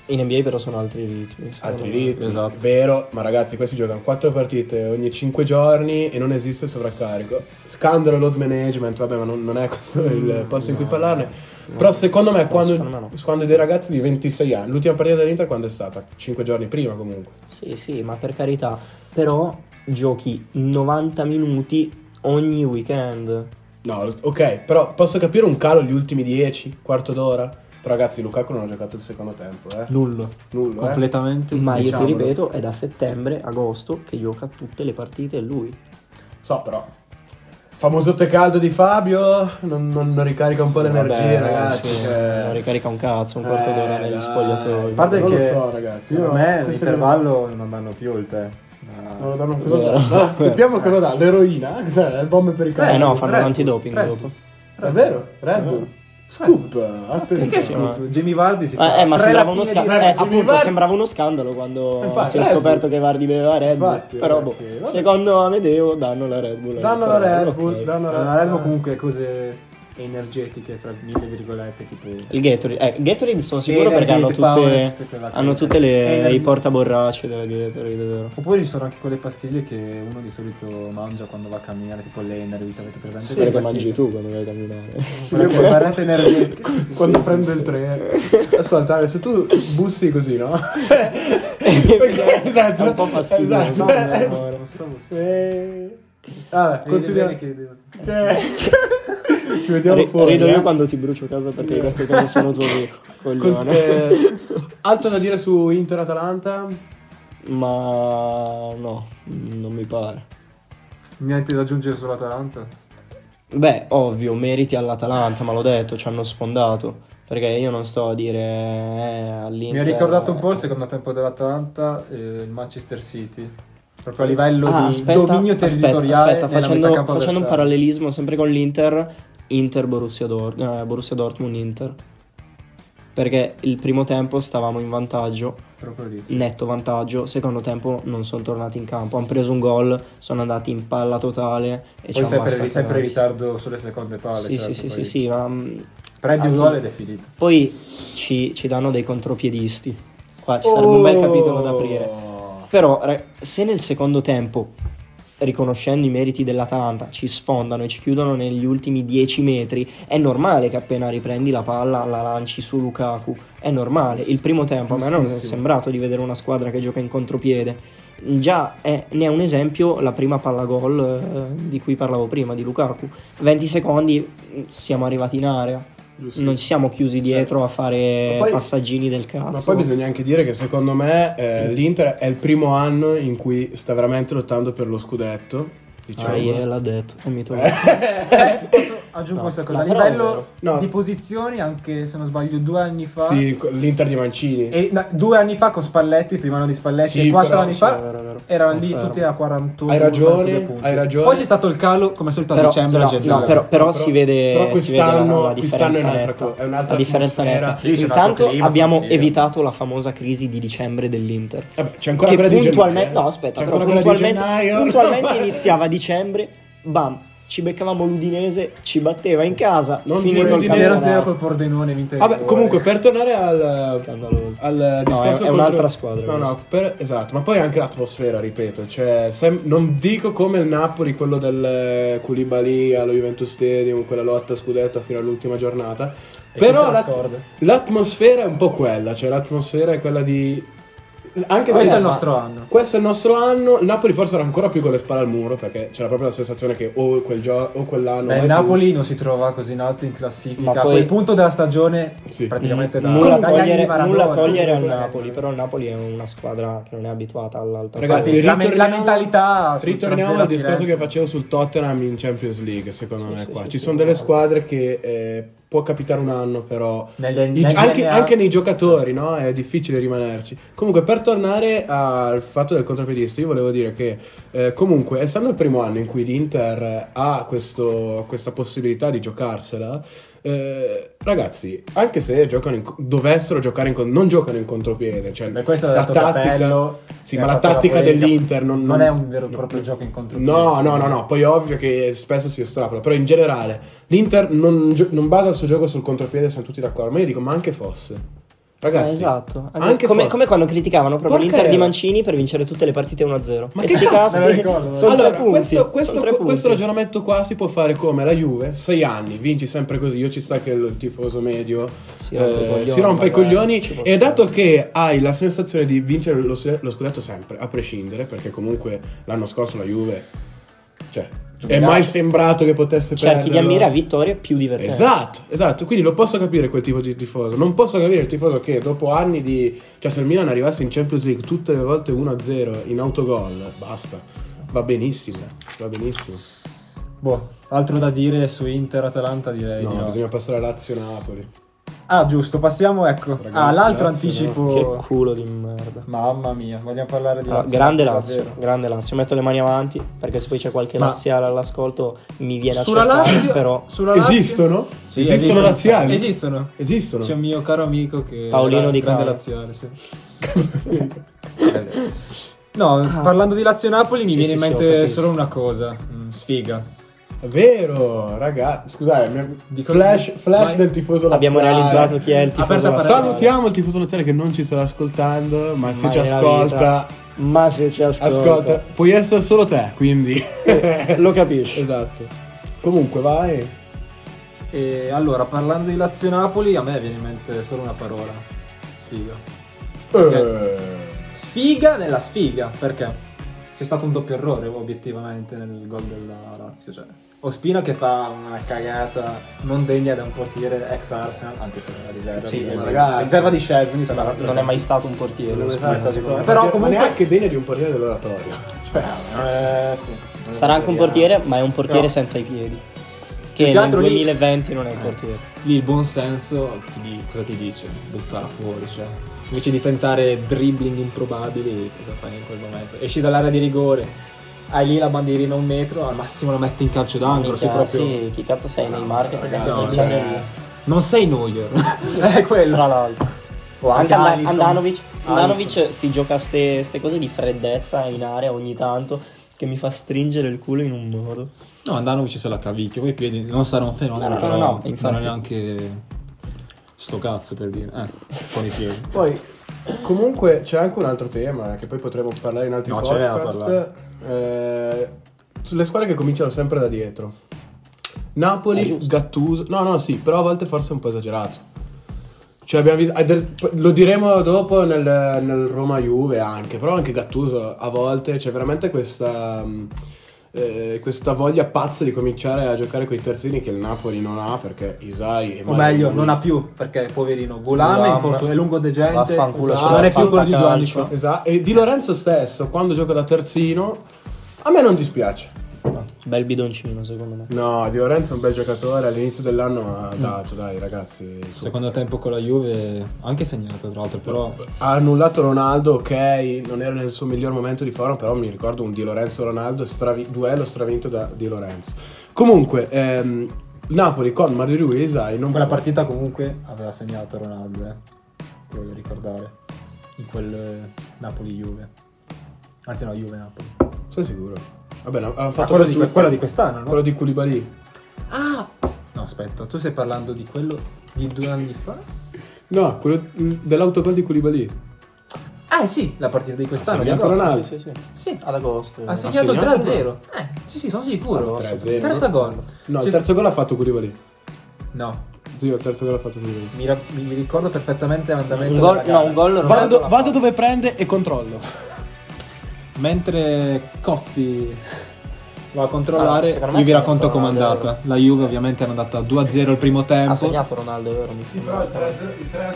In NBA però sono altri ritmi. Altri secondo me. ritmi, Esatto. vero, ma ragazzi questi giocano 4 partite ogni 5 giorni e non esiste sovraccarico. Scandalo load management, vabbè, ma non è questo il posto in cui parlarne. Però secondo me secondo me no. quando dei ragazzi di 26 anni, l'ultima partita dell'Inter quando è stata? 5 giorni prima comunque. Sì, ma per carità, però giochi 90 minuti ogni weekend. No, ok, però posso capire un calo gli ultimi 10, quarto d'ora. Però ragazzi, Lukaku non ha giocato il secondo tempo, Nullo. Nullo, Completamente. Ma io ti diciamolo. ripeto, è da settembre, agosto che gioca tutte le partite e lui. So, però. Famoso tè caldo di Fabio, non ricarica un po' l'energia, vabbè, ragazzi. sì, cioè- Non ricarica un cazzo, un quarto d'ora negli dai, spogliatoi. A parte non che lo so, ragazzi. per io- me questo l'intervallo non danno più il tè. Non lo danno cosa dà? No, sentiamo cosa dà. L'eroina? Cos'è? Le bombe per i cani? No, fanno Red l'antidoping Bull, dopo. È vero? Red Bull. Scoop. Attenzione. Attenzione. Jamie Vardy si fa Ma tre sembrava uno lattine di scandalo. Red Bull. Jimmy Vardy- Sembrava uno scandalo quando Infatti, si è Red scoperto Bull. che Vardy beveva Red Bull. Infatti, Però, ragazzi, vabbè. secondo Amedeo, danno la Red Bull. Danno la Red Bull. Ok. danno Allora, Red Bull comunque cose energetiche fra mille virgolette tipo Il Gatorade sono sicuro Energy, perché hanno Power, tutte, tutte quelle hanno cose. tutte Energy. i portaborracce della Gatorade, è vero. Oppure ci sono anche quelle pastiglie che uno di solito mangia quando va a camminare, tipo l'Energy, avete presente? Sì, Quelle che pastiglie? mangi tu quando vai a camminare. Quelle che barrette energetiche. Quando Sì, prende sì, il sì. treno. Ascolta, se tu bussi così, no? Perché esatto. È un po' fastidioso. Esatto. Non stavo Vabbè, continuiamo. Ci vediamo Ri- fuori. Rido io quando ti brucio casa perché hai detto che non sono tuo coglione. Altro da dire su Inter-Atalanta? Ma no, non mi pare. Niente da aggiungere sull'Atalanta? Beh, ovvio, meriti all'Atalanta, ma l'ho detto, ci hanno sfondato. Perché io non sto a dire all'Inter. Mi ha ricordato un po' il secondo tempo dell'Atalanta il Manchester City. Proprio a livello di dominio territoriale. Aspetta, nella metà campo facendo un avversaria. parallelismo sempre con l'Inter, Borussia Dortmund Inter. Perché il primo tempo stavamo in vantaggio, Proprio lì. netto vantaggio, secondo tempo non sono tornati in campo, hanno preso un gol, sono andati in palla totale e ci Poi hanno sempre in massacrati. ritardo sulle seconde palle. Sì, certo, sì, poi sì, ma prendi un gol ed è finito. poi ci danno dei contropiedisti. Qua ci sarebbe un bel capitolo da aprire. Però se nel secondo tempo, riconoscendo i meriti dell'Atalanta, ci sfondano e ci chiudono negli ultimi 10 metri, è normale che appena riprendi la palla la lanci su Lukaku. È normale. Il primo tempo a me non è sembrato di vedere una squadra che gioca in contropiede. Già ne è un esempio la prima palla gol di cui parlavo prima, di Lukaku. 20 secondi siamo arrivati in area. Giusto. Non ci siamo chiusi dietro a fare Ma poi- passaggini del cazzo. Ma poi bisogna anche dire che secondo me l'Inter è il primo anno in cui sta veramente lottando per lo scudetto. Diciamo. L'ha detto e mi tolgo. Aggiungo No, questa cosa. ma A però è livello vero. No. di posizioni, anche se non sbaglio 2 anni fa. Sì, l'Inter di Mancini. E 2 anni fa con Spalletti, prima anno di Spalletti, Sì, e 4 però anni sì, fa è vero. erano lì Confermo. tutti a 41. Hai ragione, 42 punti. hai ragione. Poi c'è stato il calo, come al solito a Però, dicembre. no, a gennaio. no, però si vede, però si vede la quest'anno differenza è un'altra netta. è un'altra La differenza atmosfera. netta. Sì, c'è un altro Intanto clima, abbiamo San Siro. evitato la famosa crisi di dicembre dell'Inter. Vabbè, c'è ancora Che quella di puntualmente, gennaio. no, aspetta, C'è però ancora quella di puntualmente, gennaio. puntualmente iniziava a dicembre, bam, ci beccavamo l'Udinese, ci batteva in casa, Non finito dire il Udinese, 0-0 campionato. col Pordenone vinto in Vabbè, rigore. comunque per tornare al Scandaloso. discorso è un'altra squadra No, questa. esatto, ma poi anche l'atmosfera, ripeto, cioè non dico come il Napoli, quello del Koulibaly allo Juventus Stadium, quella lotta a scudetto fino all'ultima giornata, E però chi se la scorda? l'atmosfera è un po' quella, cioè l'atmosfera è quella di anche Questo se è il nostro anno. questo è il nostro anno. Il Napoli forse era ancora più con le spalle al muro, perché c'era proprio la sensazione che o quell'anno Beh, mai il più. Napoli non si trova così in alto in classifica. Ma A poi- quel punto della stagione, Sì. praticamente da nulla dagli anni di togliere, Maradona. nulla togliere al Comunque, Napoli, però il Napoli è una squadra che non è abituata all'alta Ragazzi, Infatti, la ritorniamo- mentalità sul Ritorniamo 3-0 al a discorso Firenze. che facevo sul Tottenham in Champions League, secondo Sì, me sì, qua. sì, Ci sì. sono delle squadre che può capitare un anno, però Negli anche, anni- nei giocatori, no? È difficile rimanerci. Comunque, per tornare al fatto del contropiedista, io volevo dire che comunque, essendo il primo anno in cui l'Inter ha questa possibilità di giocarsela, ragazzi, anche se dovessero giocare non giocano in contropiede, cioè Beh, questo l'ha la detto tattica, Capello, sì, che ma ha la fatto tattica polemica. dell'Inter non è un vero e proprio gioco in contropiede. No, poi è ovvio che spesso si estrapola, però in generale l'Inter non basa il suo gioco sul contropiede, siamo tutti d'accordo, ma io dico, ma anche fosse. Ragazzi, esatto. anche Come quando criticavano proprio Porca l'Inter di era. Mancini per vincere tutte le partite 1-0. Ma e che sti cazzo? Me lo ricordo. sono allora, 3 punti. questo, Sono 3 punti. questo ragionamento qua si può fare come la Juve, 6 anni, vinci sempre così. Io ci sta che il tifoso medio Si rompe i si rompe i coglioni, coglioni ci può e stare. dato che hai la sensazione di vincere lo scudetto sempre, a prescindere, perché comunque l'anno scorso la Juve, cioè, è mai sembrato che potesse Cerchi di perderlo. ammirare vittorie più divertenti. Esatto, quindi lo posso capire quel tipo di tifoso. Non posso capire il tifoso che dopo anni di... Cioè se il Milan arrivasse in Champions League tutte le volte 1-0 in autogol, basta. Va benissimo. Boh, altro da dire su Inter-Atalanta direi No, di no. bisogna passare a Lazio-Napoli. Ah, giusto, passiamo, ecco. Ragazzi, l'altro Lazio, anticipo. Che culo di merda. Mamma mia, vogliamo parlare di Allora, Lazio. grande davvero. Lazio, grande Lazio. Metto le mani avanti perché se poi c'è qualche Ma- laziale all'ascolto mi viene a Sulla cercare, Lazio, però sulla Lazio- Esistono? Sì, Esistono laziali? Esistono. C'è un mio caro amico che Paolino era Di grande Caro. laziale, sì. No, parlando di Lazio-Napoli mi Sì, viene sì, in sì, ho mente capito. solo una cosa. Sfiga. È vero, ragazzi. Scusate, Dico- flash Vai. del tifoso laziale. abbiamo realizzato chi è il tifoso Aperta laziale. Salutiamo il tifoso laziale che non ci sta ascoltando, ma se Mai ci nella ascolta... Ma se ci Ascolta, puoi essere solo te, quindi... lo capisci. Esatto. Comunque, vai. E allora, parlando di Lazio-Napoli, a me viene in mente solo una parola. Sfiga. Sfiga nella sfiga, perché c'è stato un doppio errore obiettivamente nel gol della Lazio, cioè Ospina che fa una cagata non degna da un portiere ex Arsenal, anche se era riserva, Sì, riserva, sì, ragazzi. riserva di Szczesny, Ma non è mai stato un portiere. Non Ospina, esatto, secondo me. Però ma comunque- neanche degno di un portiere dell'oratorio. sì. Sarà anche un portiere, ma è un portiere No. senza i piedi. Più Che che nel altro lì- 2020 non è un portiere. Lì il buon senso cosa ti dice? Buttala fuori, cioè. Invece di tentare dribbling improbabili, cosa fai in quel momento? Esci dall'area di rigore, hai lì la bandierina a 1 metro, al massimo la metti in calcio d'angolo, sì, Minchia, proprio. sì, chi cazzo sei Neymar che ti ragazzi, mette no, il cioè, cambio lì? Non sei Neuer, è quello. Tra l'altro. O Anche Alisson. Andanovic si gioca ste cose di freddezza in area ogni tanto che mi fa stringere il culo in un modo. No, Andanovic se la cavicchia, poi i piedi non sarà un fenomeno, No, però no, infatti. non è neanche sto cazzo per dire, con i piedi. Poi, comunque, c'è anche un altro tema che poi potremo parlare in altri No, ce n'è da podcast. Sulle squadre che cominciano sempre da dietro. Napoli, giusto. Gattuso. No, sì, però a volte forse è un po' esagerato. Cioè abbiamo visto, lo diremo dopo nel Roma-Juve anche, però anche Gattuso a volte c'è veramente questa voglia pazza di cominciare a giocare con i terzini che il Napoli non ha, perché Isai e O meglio, non ha più, perché poverino Volame è lungo degente, Vaffanculo, Esatto. non è più quello di 2 anni Fantacalcio. fa. Esatto, e Di Lorenzo stesso quando gioca da terzino a me non dispiace. Bel bidoncino secondo me. No, Di Lorenzo è un bel giocatore, all'inizio dell'anno ha dato, dai ragazzi. Secondo tempo con la Juve anche segnato tra l'altro, però Ha annullato Ronaldo, ok, non era nel suo miglior momento di forma, però mi ricordo un Di Lorenzo Ronaldo duello stravinto da Di Lorenzo. Comunque, Napoli con Mario Rui e Isai non quella partita comunque aveva segnato Ronaldo, ti voglio ricordare, in quel Napoli-Juve. Anzi no, Juve-Napoli. Sei sicuro? Vabbè, hanno fatto Quello di quest'anno, no? quello di Koulibaly. No, aspetta, tu stai parlando di quello di 2 anni fa? No, quello dell'autogol di Koulibaly. Ah sì, la partita di quest'anno. Ha di segnato agosto. Ronaldo. Sì. Sì, Ad agosto. ha segnato il segnato 3-0. Sì, sono sicuro. 3-0. Terzo gol. No, il C'è- terzo gol ha fatto Koulibaly. No, Zio, il terzo gol ha fatto Koulibaly. mi ricordo perfettamente l'andamento Un gol, della gara. no, un gol Ronaldo l'ha Vado fatto. dove prende e controllo. Mentre Coffi va a controllare, Ah, secondo me io vi ha racconto segnato com'è Ronaldo. andata. La Juve ovviamente era andata 2-0 il primo tempo. Ha segnato Ronaldo, è vero? Mi sembra. il 3-2.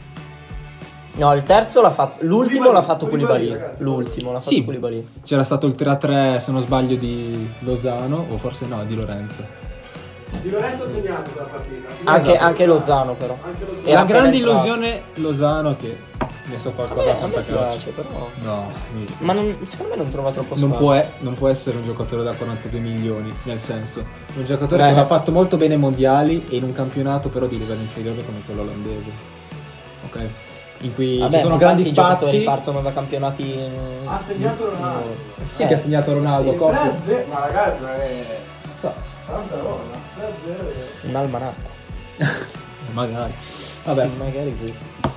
No, il terzo l'ha fatto. L'ultimo Koulibaly, l'ha fatto Koulibaly, Koulibaly. ragazzi. L'ultimo l'ha fatto Sì. Koulibaly. C'era stato il 3-3, se non sbaglio, di Lozano, o forse no, di Lorenzo. Di Lorenzo ha segnato quella partita. Anche Lozano, però. Anche Lozano. Era La grande appena entrato. illusione Lozano che ne so qualcosa a A me fantacalcio. piace, però. No, mi dispiace. Ma secondo me non trova troppo non spazio. può, non può essere un giocatore da 42 milioni, nel senso, un giocatore Beh. che ha fatto molto bene ai mondiali e in un campionato però di livello inferiore come quello olandese. Ok? In cui Vabbè, ci sono ma grandi tanti giocatori spazi. partono da campionati. Ha segnato Ronaldo. Sì, che ha segnato Ronaldo, Il Coffi. 3-0, ma ragazzi, ma è So, tanta roba. 3-0. Un almanacco. magari. Vabbè, Sì, magari qui.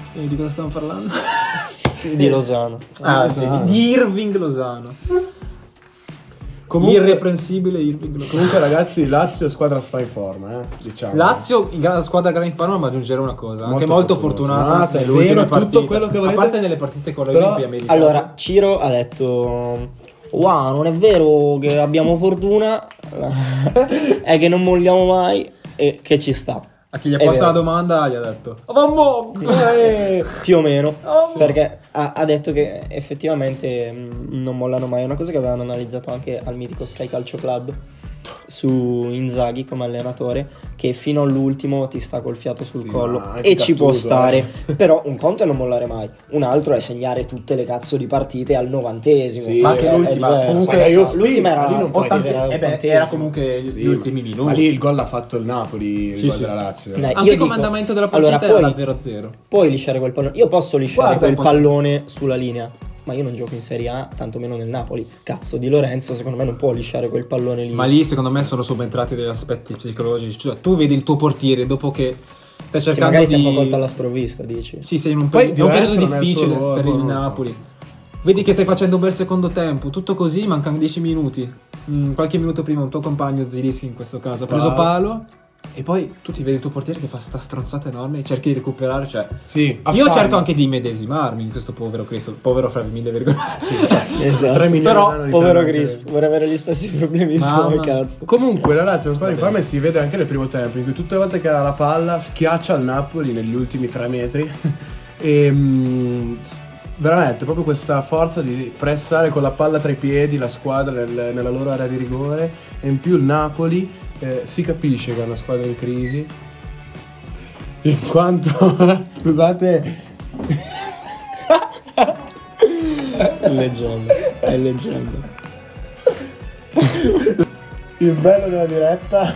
Di cosa stiamo parlando? Di Lozano. Sì, di Irving Lozano. Comunque, Irreprensibile Irving Lozano. comunque ragazzi, Lazio squadra sta in forma, diciamo. Lazio, squadra gran in forma, ma aggiungere una cosa, anche Molto molto fortunata fortunata, è nelle ultime vero, tutto partite. quello che volete. A parte nelle partite con le Però- Olimpie americane. Allora, Ciro ha detto: wow, non è vero che abbiamo fortuna, è che non molliamo mai e che ci sta. a chi gli ha È posto la vero. domanda gli ha detto "Vamo!" Più o meno, perché ha detto che effettivamente non mollano mai. È una cosa che avevano analizzato anche al mitico Sky Calcio Club su Inzaghi come allenatore, che fino all'ultimo ti sta col fiato sul Sì, collo ma anche e ci può Gattuso, stare. Però un conto è non mollare mai, un altro è segnare tutte le cazzo di partite al 90esimo. Sì, ma anche è l'ultima, diverso. comunque io l'ultima era lì non puoi era era comunque Sì, gli ultimi minuti. ma lì il gol l'ha fatto il Napoli, il Sì, gol sì. della Lazio. Dai, Anche io il comandamento della allora, partita era poi- 0-0. Puoi lisciare quel pallone. Io posso lisciare Guarda, quel poi- pallone sulla linea, ma io non gioco in Serie A, tantomeno nel Napoli. Cazzo, Di Lorenzo secondo me non può lisciare quel pallone lì. Ma lì secondo me sono subentrati degli aspetti psicologici. Cioè, tu vedi il tuo portiere dopo che stai Sì, cercando magari di... siamo colti alla sprovvista, dici. Sì, sei in un, Poi è un periodo Lorenzo non è il difficile suo per ruolo, il non lo so. Napoli. Vedi che stai facendo un bel secondo tempo, tutto così, mancano 10 minuti. Qualche minuto prima un tuo compagno, Zilischi in questo caso, ha preso palo e poi tu ti vedi il tuo portiere che fa sta stronzata enorme e cerchi di recuperare, cioè... Sì, Io affanno. cerco anche di medesimarmi in questo povero Cristo, povero fra mille virgolette. Esatto. 3 milioni Però, d'anni di Povero carattere. Cristo, vorrei avere gli stessi problemi Mamma. suoi, cazzo. Comunque la Lazio è una squadra in forma e si vede anche nel primo tempo, in cui tutte le volte che ha la palla schiaccia il Napoli negli ultimi 3 metri e veramente proprio questa forza di pressare con la palla tra i piedi la squadra nella loro area di rigore, e in più il Napoli si capisce che è una squadra in crisi, in quanto scusate, È leggenda, è leggenda. il bello della diretta.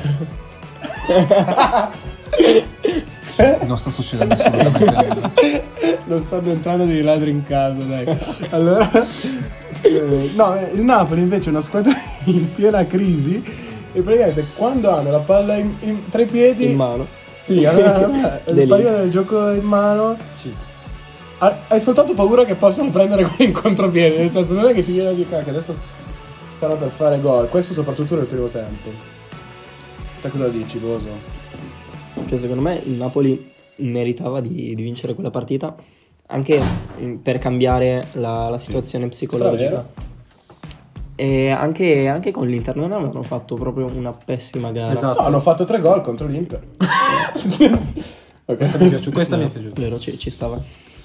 Non sta succedendo assolutamente nulla. Non stanno entrando dei ladri in casa, dai. Allora, no, il Napoli invece è una squadra in piena crisi e praticamente quando hanno la palla tra i piedi, In mano. sì, allora, il Delitto. pallino del gioco in mano, hai soltanto paura che possano prendere quelli in contropiede, nel senso non è che ti viene di cacchio, adesso stanno per fare gol, questo soprattutto nel primo tempo. Te cosa dici, Boso? Che secondo me il Napoli meritava di vincere quella partita anche per cambiare la situazione psicologica. Vero. E anche con l'Inter non avevano fatto proprio una pessima gara. Esatto. No, hanno fatto 3 gol contro l'Inter. Questa mi è piaciuta. Questa mi è piaciuta. Vero, ci stava.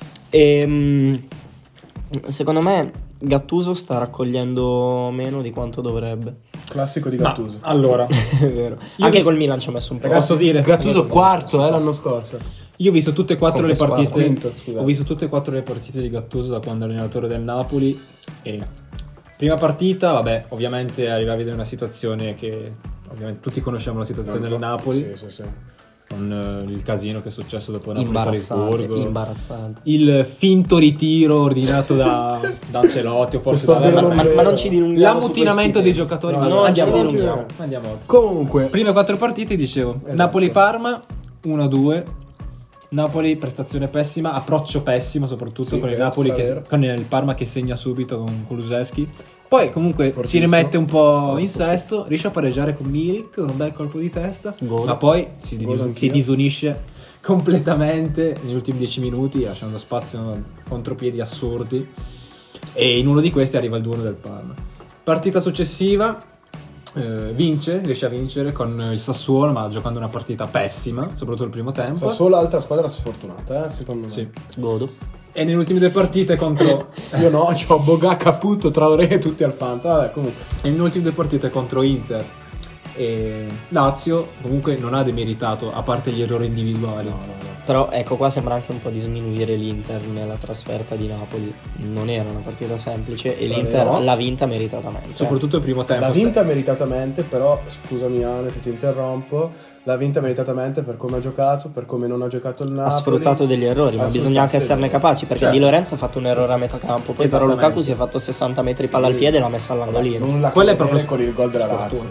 Secondo me Gattuso sta raccogliendo meno di quanto dovrebbe. Classico di Ma, Gattuso. allora, È vero. Io Anche mi- col Milan ci ha messo un po'. Posso dire? Gattuso quarto l'anno scorso. io ho visto tutte e quattro Con le che squadra? partite. Quinto, scusate. Ho visto tutte e quattro le partite di Gattuso da quando è allenatore del Napoli. E prima partita, vabbè, ovviamente arrivavi da una situazione che ovviamente tutti conosciamo la situazione del Napoli. Sì, sì. Con il casino che è successo dopo Imbarazzante, Napoli-Salisburgo. imbarazzante. Il finto ritiro ordinato da Ancelotti o forse Questo da vero Ma non ci dilunghiamo su l'ammutinamento questi dei temi. giocatori. No, ma no, andiamo non oltre. ci dilunghiamo. Andiamo oltre. Comunque, Prime 4 partite dicevo Esatto. Napoli-Parma 1-2. Napoli prestazione pessima, approccio pessimo soprattutto Sì, con il vero, Napoli sta che, vero. con il Parma che segna subito con Kulusevski. Poi comunque si Fortissimo. rimette un po' in Sì. sesto, riesce a pareggiare con Milik con un bel colpo di testa, Gol. ma poi si anch'io. disunisce completamente negli ultimi 10 minuti lasciando spazio a contropiedi assurdi e in uno di questi arriva il 2-1 del Parma. Partita successiva riesce a vincere con il Sassuolo, ma giocando una partita pessima, soprattutto il primo tempo. Sassuolo altra squadra sfortunata, secondo me. Sì. Godo. E nelle ultime 2 partite contro Io no, c'ho Boga, Caputo, Traoré e tutti al Fanta. Vabbè, comunque. e nelle ultime 2 partite contro Inter e Lazio comunque non ha demeritato, a parte gli errori individuali. Però ecco, qua sembra anche un po' di sminuire l'Inter nella trasferta di Napoli. Non era una partita semplice e Sta l'Inter vero. l'ha vinta meritatamente. Soprattutto il primo tempo. L'ha vinta meritatamente, però, scusami Ale se ti interrompo, l'ha vinta meritatamente per come ha giocato, per come non ha giocato il Napoli. Ha sfruttato degli errori, ma Ha bisogna anche sfruttato esserne degli errori. capaci, perché Certo. Di Lorenzo ha fatto un errore a metà campo, poi però Esattamente. Lukaku si è fatto 60 metri palla al piede e l'ha messa all'angolino. Nulla a Quella che è proprio vedere con il gol della sfortuna. Lazio.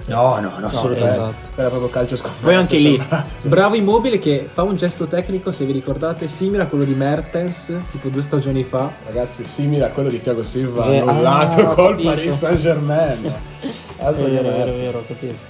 No, assolutamente. Esatto. Era proprio calcio scommesso. Poi anche lì, sembrato. bravo Immobile che fa un gesto tecnico, se vi ricordate, simile a quello di Mertens, tipo 2 stagioni fa. Ragazzi, simile a quello di Thiago Silva, Ah, annullato ho col capito. Paris Saint-Germain. Altro che merda. vero, ho capito.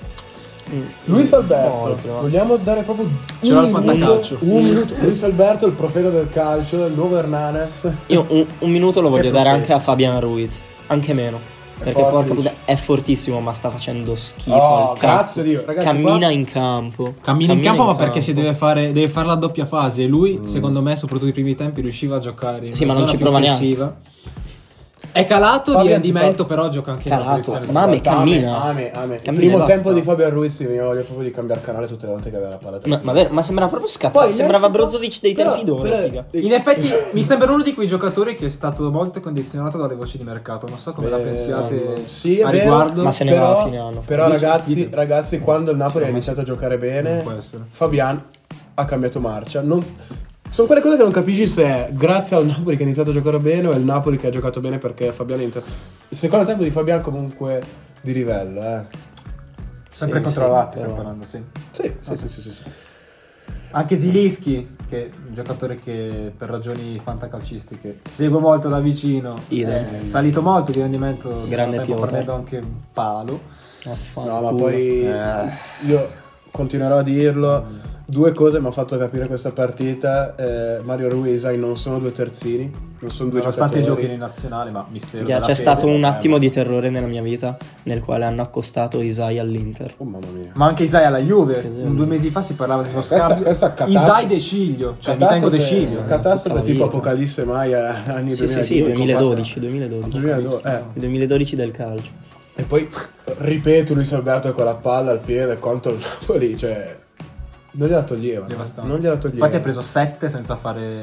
Luis Alberto, Molto, no? vogliamo dare proprio Ce l'ho al un fantacalcio. minuto. Luis Alberto, il profeta del calcio, il nuovo Hernanes. Io un minuto lo voglio dare profeta. anche a Fabian Ruiz, anche meno. Perché forte, porca dici? puttana, è fortissimo, ma sta facendo schifo Oh, al grazie cazzo. a Dio. Ragazzi, Cammina qua- in campo. Cammina in campo, ma perché campo. si deve fare la doppia fase. E lui, secondo me, soprattutto i primi tempi, riusciva a giocare in Sì, una ma non zona ci più prova offensiva. È calato di Fabian rendimento, però gioca anche in Calato, posizione ma me cammina. Ame. Il Cammina primo e basta. tempo di Fabian Ruiz mi voglio proprio di cambiare canale tutte le volte che aveva la palla. Ma sembrava proprio scazzato. Poi Sembrava Messico- Brozovic dei però- tempi d'oro, però- figa. In effetti mi sembra uno di quei giocatori che è stato molto condizionato dalle voci di mercato. Non so come la pensiate sì, è a vero, riguardo. ma se ne va a fine anno. Però Dici- dite. ragazzi, quando il Napoli ha iniziato a giocare bene, Non può essere. Fabian ha cambiato marcia. Sono quelle cose che non capisci se è grazie al Napoli che ha iniziato a giocare bene o è il Napoli che ha giocato bene perché Fabian ha iniziato. Il secondo tempo di Fabian comunque di livello, Sempre Sì, contro sì, la Lazio però- stiamo parlando, sì. Sì. Anche Zilinski, che è un giocatore che per ragioni fantacalcistiche segue molto da vicino, Idem. è salito molto di rendimento, secondo Grande tempo, pilota. prendendo anche un palo. No, ma poi io continuerò a dirlo. Due cose mi ha fatto capire questa partita. Mario Ruiz non sono due terzini, non sono due Nonostante giocatori. giochi in nazionale, ma mistero C'è della fede. stato un attimo di terrore nella mia vita nel quale hanno accostato Isai all'Inter. Oh mamma mia. Ma anche Isai alla Juve, Esatto. 2 mesi fa si parlava di uno Questa- scambio. questa catastrofe- Isai De Ciglio, cioè mi tengo De Ciglio. Catastrofe Tutta la tipo vita. Apocalisse Maya anni Sì, 2010. 2012. 2012, Il 2012 del calcio. E poi ripeto Luis Alberto con la palla al piede contro il Napoli, cioè non gliela toglieva. Devastante. Non gliela toglieva. Infatti ha preso 7 senza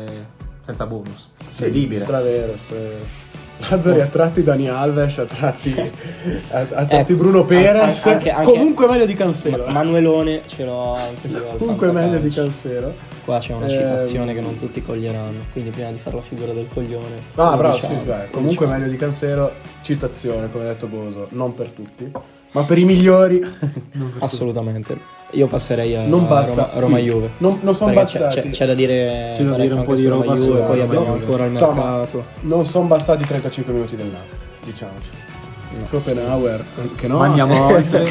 bonus. Sì, Incredibile. stravero. Lazzari a tratti Dani Alves, a tratti Bruno Perez, anche- comunque meglio di Cancelo. Manuelone ce l'ho anche io al Comunque meglio di fantacalcio. Cancelo. Qua c'è una citazione che non tutti coglieranno, quindi prima di fare la figura del coglione. No, lo bravo, diciamo, sì, beh, lo comunque diciamo. meglio di Cancelo, citazione, come ha detto Boso, non per tutti, ma per i migliori. Assolutamente. Io passerei a Non basta. Roma-Juve. Non sono Perché bastati. c'è da dire, C'è da dire un po' di roba Juve, su poi abbiamo Roma-Juve. ancora il Insomma, mercato. non sono bastati 35 minuti del Napoli, diciamoci. Schopenhauer, che no. Ma andiamo oltre.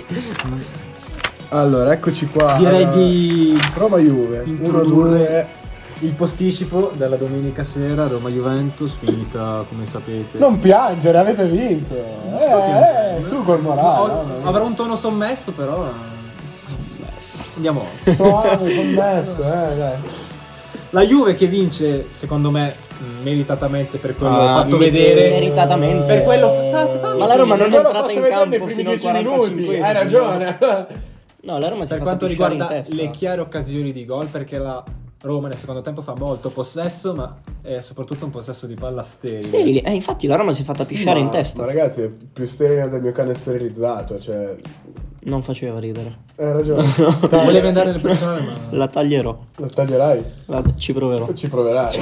Allora, eccoci qua. Direi Allora, di Roma-Juve, introdurre 1-2. il posticipo della domenica sera, Roma-Juventus, finita come sapete. Non piangere, avete vinto. Su col morale. Avrà un tono sommesso, però. Andiamo oltre. Sommesso, dai. La Juve che vince, secondo me, meritatamente per quello fatto me- vedere. meritatamente. Per quello. Ma la Roma non è Quello entrata fatto in vedere nei campo primi fino al 10 minuti. 45esimo. Hai ragione. No, la Roma si è Per fatta quanto pisciare in riguarda testa. le chiare occasioni di gol, perché la Roma nel secondo tempo fa molto possesso, ma è soprattutto un possesso di palla sterile. Sterili, infatti la Roma si è fatta pisciare in testa. Ma ragazzi, è più sterile del mio cane sterilizzato, cioè. Non faceva ridere. Hai ragione. Volevi andare nel personale, ma. La taglierò. Lo taglierai? Ci proverò. Ci proverai.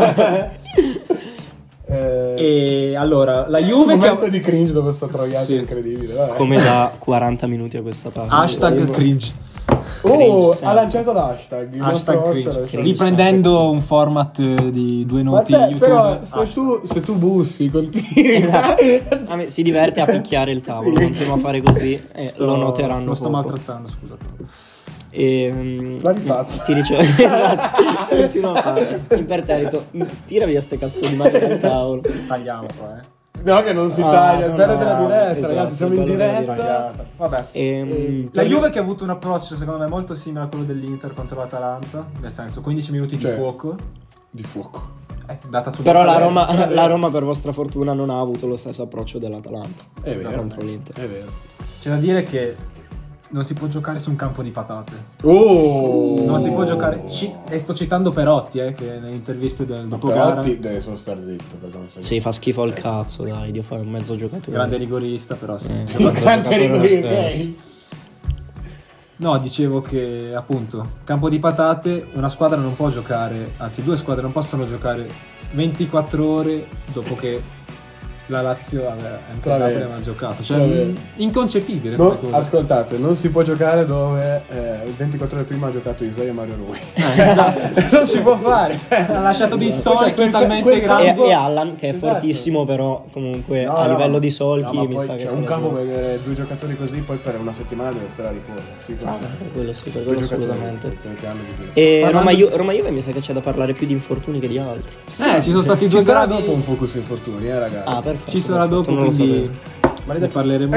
E allora, la Un Juve che momento di cringe dove sto troiato Sì. incredibile. Vabbè. Come da 40 minuti a questa parte. hashtag cringe. Oh, Cringe ha lanciato l'hashtag. Il nostro Hashtag host cringe. era- Riprendendo un format di 2 Ma noti te, YouTube. però, se tu bussi, continui. A me si diverte a picchiare il tavolo, continua a fare così e lo noteranno Lo sto poco. maltrattando, scusa. L'ha rifatto. Ti dice esatto, continua a fare imperterrito, tira via ste cazzo di mani dal tavolo. Tagliamo qua, No, che non si Ah, taglia. sono- Perdete la diretta, esatto, ragazzi. Siamo in bello della diretta. Vabbè. La La Juve che ha avuto un approccio secondo me molto simile a quello dell'Inter contro l'Atalanta, nel senso 15 minuti Cioè, di fuoco, Di fuoco. data su Però la Roma Roma, la Roma per vostra fortuna non ha avuto lo stesso approccio dell'Atalanta. È vero. Contro l'Inter. È vero. C'è da dire che non si può giocare su un campo di patate. Oh! Non si può giocare. E sto citando Perotti, che nelle interviste del dopo gara. Perotti deve solo star zitto. Perché non so. Sì, fa schifo al cazzo, dai, Dio fa un mezzo giocatore. Grande rigorista, però sì. Mezzo Grande giocatore lo rigore, stesso. ok. No, dicevo che appunto, campo di patate, una squadra non può giocare, anzi 2 squadre non possono giocare 24 ore dopo che la Lazio è anche Vabbè. Napoli non ha giocato, cioè Vabbè. inconcepibile No, questa cosa. ascoltate, non si può giocare dove 24 ore prima ha giocato Isaiah e Mario Rui. Esatto. Non si può fare. Ha lasciato dei Esatto. solchi Cioè, talmente quel grandi. campo- E Allan, che è Esatto. fortissimo, però comunque No, a no, livello ma- di solchi no, ma mi poi sa che c'è se un la campo gioca. per 2 giocatori così, poi per una settimana deve stare a riposo. Ah, Sicuramente. per quello sì, per 2 quello giocatori assolutamente. perché hanno di più. E Parlando- Roma-Juve mi sa che c'è da parlare più di infortuni che di altro. Ci sono stati Ci 2 sarà gradi. dopo un focus infortuni, ragazzi. Ah, perfetto. Ci sarà perfetto, dopo, non lo quindi sapevo. ne parleremo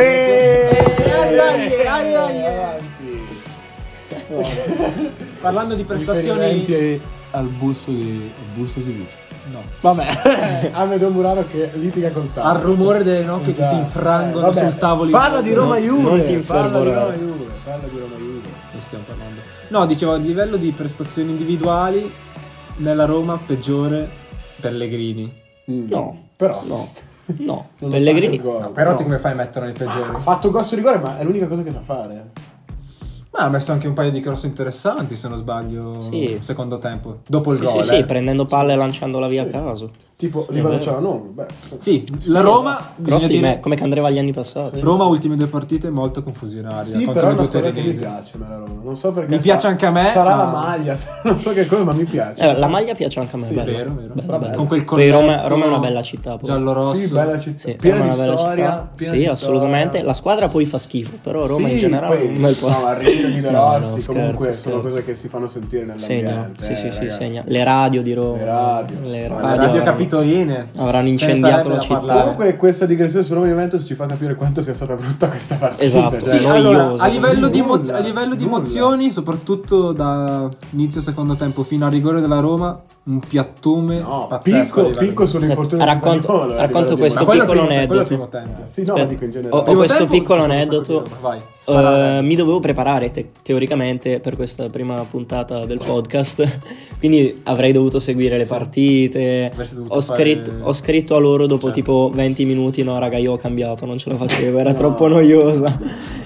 Parlando di prestazioni, Riferimenti al busto si dice. no. Vabbè, Amedeo Murano che litiga col tavolo. Al rumore delle nocche che si Esatto. infrangono Vabbè, sul tavolo. Parla di Roma Juve. non ti parla di infervorare. Roma Juve. Parla di Roma Juve. Ne stiamo parlando. No, dicevo a livello di prestazioni individuali nella Roma peggiore Pellegrini. No. Però No. No. non lo Pellegrini. sa sul gol. No, però No. te come fai a metterlo nei peggiori? Ha fatto gol su rigore, ma è l'unica cosa che sa fare. Ma ha messo anche un paio di cross interessanti, se non sbaglio, Sì. secondo tempo. Dopo il Sì, gol. sì, prendendo palle e lanciandola via Sì. a caso. Tipo È Livato vero. Cialanoglu. Beh, Sì, la Roma, bisogna Grossi dire, come che andreva agli anni passati. Roma ultime 2 partite molto confusionaria. sì, contro però è le una due squadra che mi torinesi. piace, me la Roma. Non so perché. Mi piace anche a me, Sarà ma- la maglia, non so che cosa, ma mi piace. La maglia piace anche a me, Sì, bella. Vero, vero. Strabella. Con quel Poi Roma colletto è una bella città. poi. giallo-rosso. Sì, bella città. Sì, piena Roma è di una bella storia. città. piena Sì, di assolutamente. storia. La squadra poi fa schifo, però Roma Sì, in generale poi, un bel po'. no, arrivo di De Rossi, No, comunque scherzo, sono scherzo. cose che si fanno sentire Segna, nell'ambiente. sì, sì, ragazzi. segna. Le radio di Roma. Le radio. Le Le Le radio radio avranno- capitoline. avranno Ce ne incendiato sarebbe la da città. parlare. Comunque questa digressione su Roma Juventus ci fa capire quanto sia stata brutta questa partita. Esatto, cioè, sì, Allora, noiosa, a livello di, nulla, a livello di nulla. emozioni, soprattutto da inizio secondo tempo fino al rigore della Roma, un piattume no, pazzesco. a picco, livello picco di- sull'infortunio di Racconto- Zaniolo, a racconto livello di questo Ma quello è piccolo quello è il aneddoto. primo tempo. Sì, no, ma Aspetta, dico in ho generale. Primo questo tempo piccolo ci sono un sacco di aneddoto. roba. Vai, spara. Mi dovevo preparare teoricamente per questa prima puntata del podcast, quindi avrei dovuto seguire le partite. Avresti dovuto Ho fare- scritto a loro dopo Certo. tipo 20 minuti: no, raga, io ho cambiato, non ce la facevo, era troppo noiosa.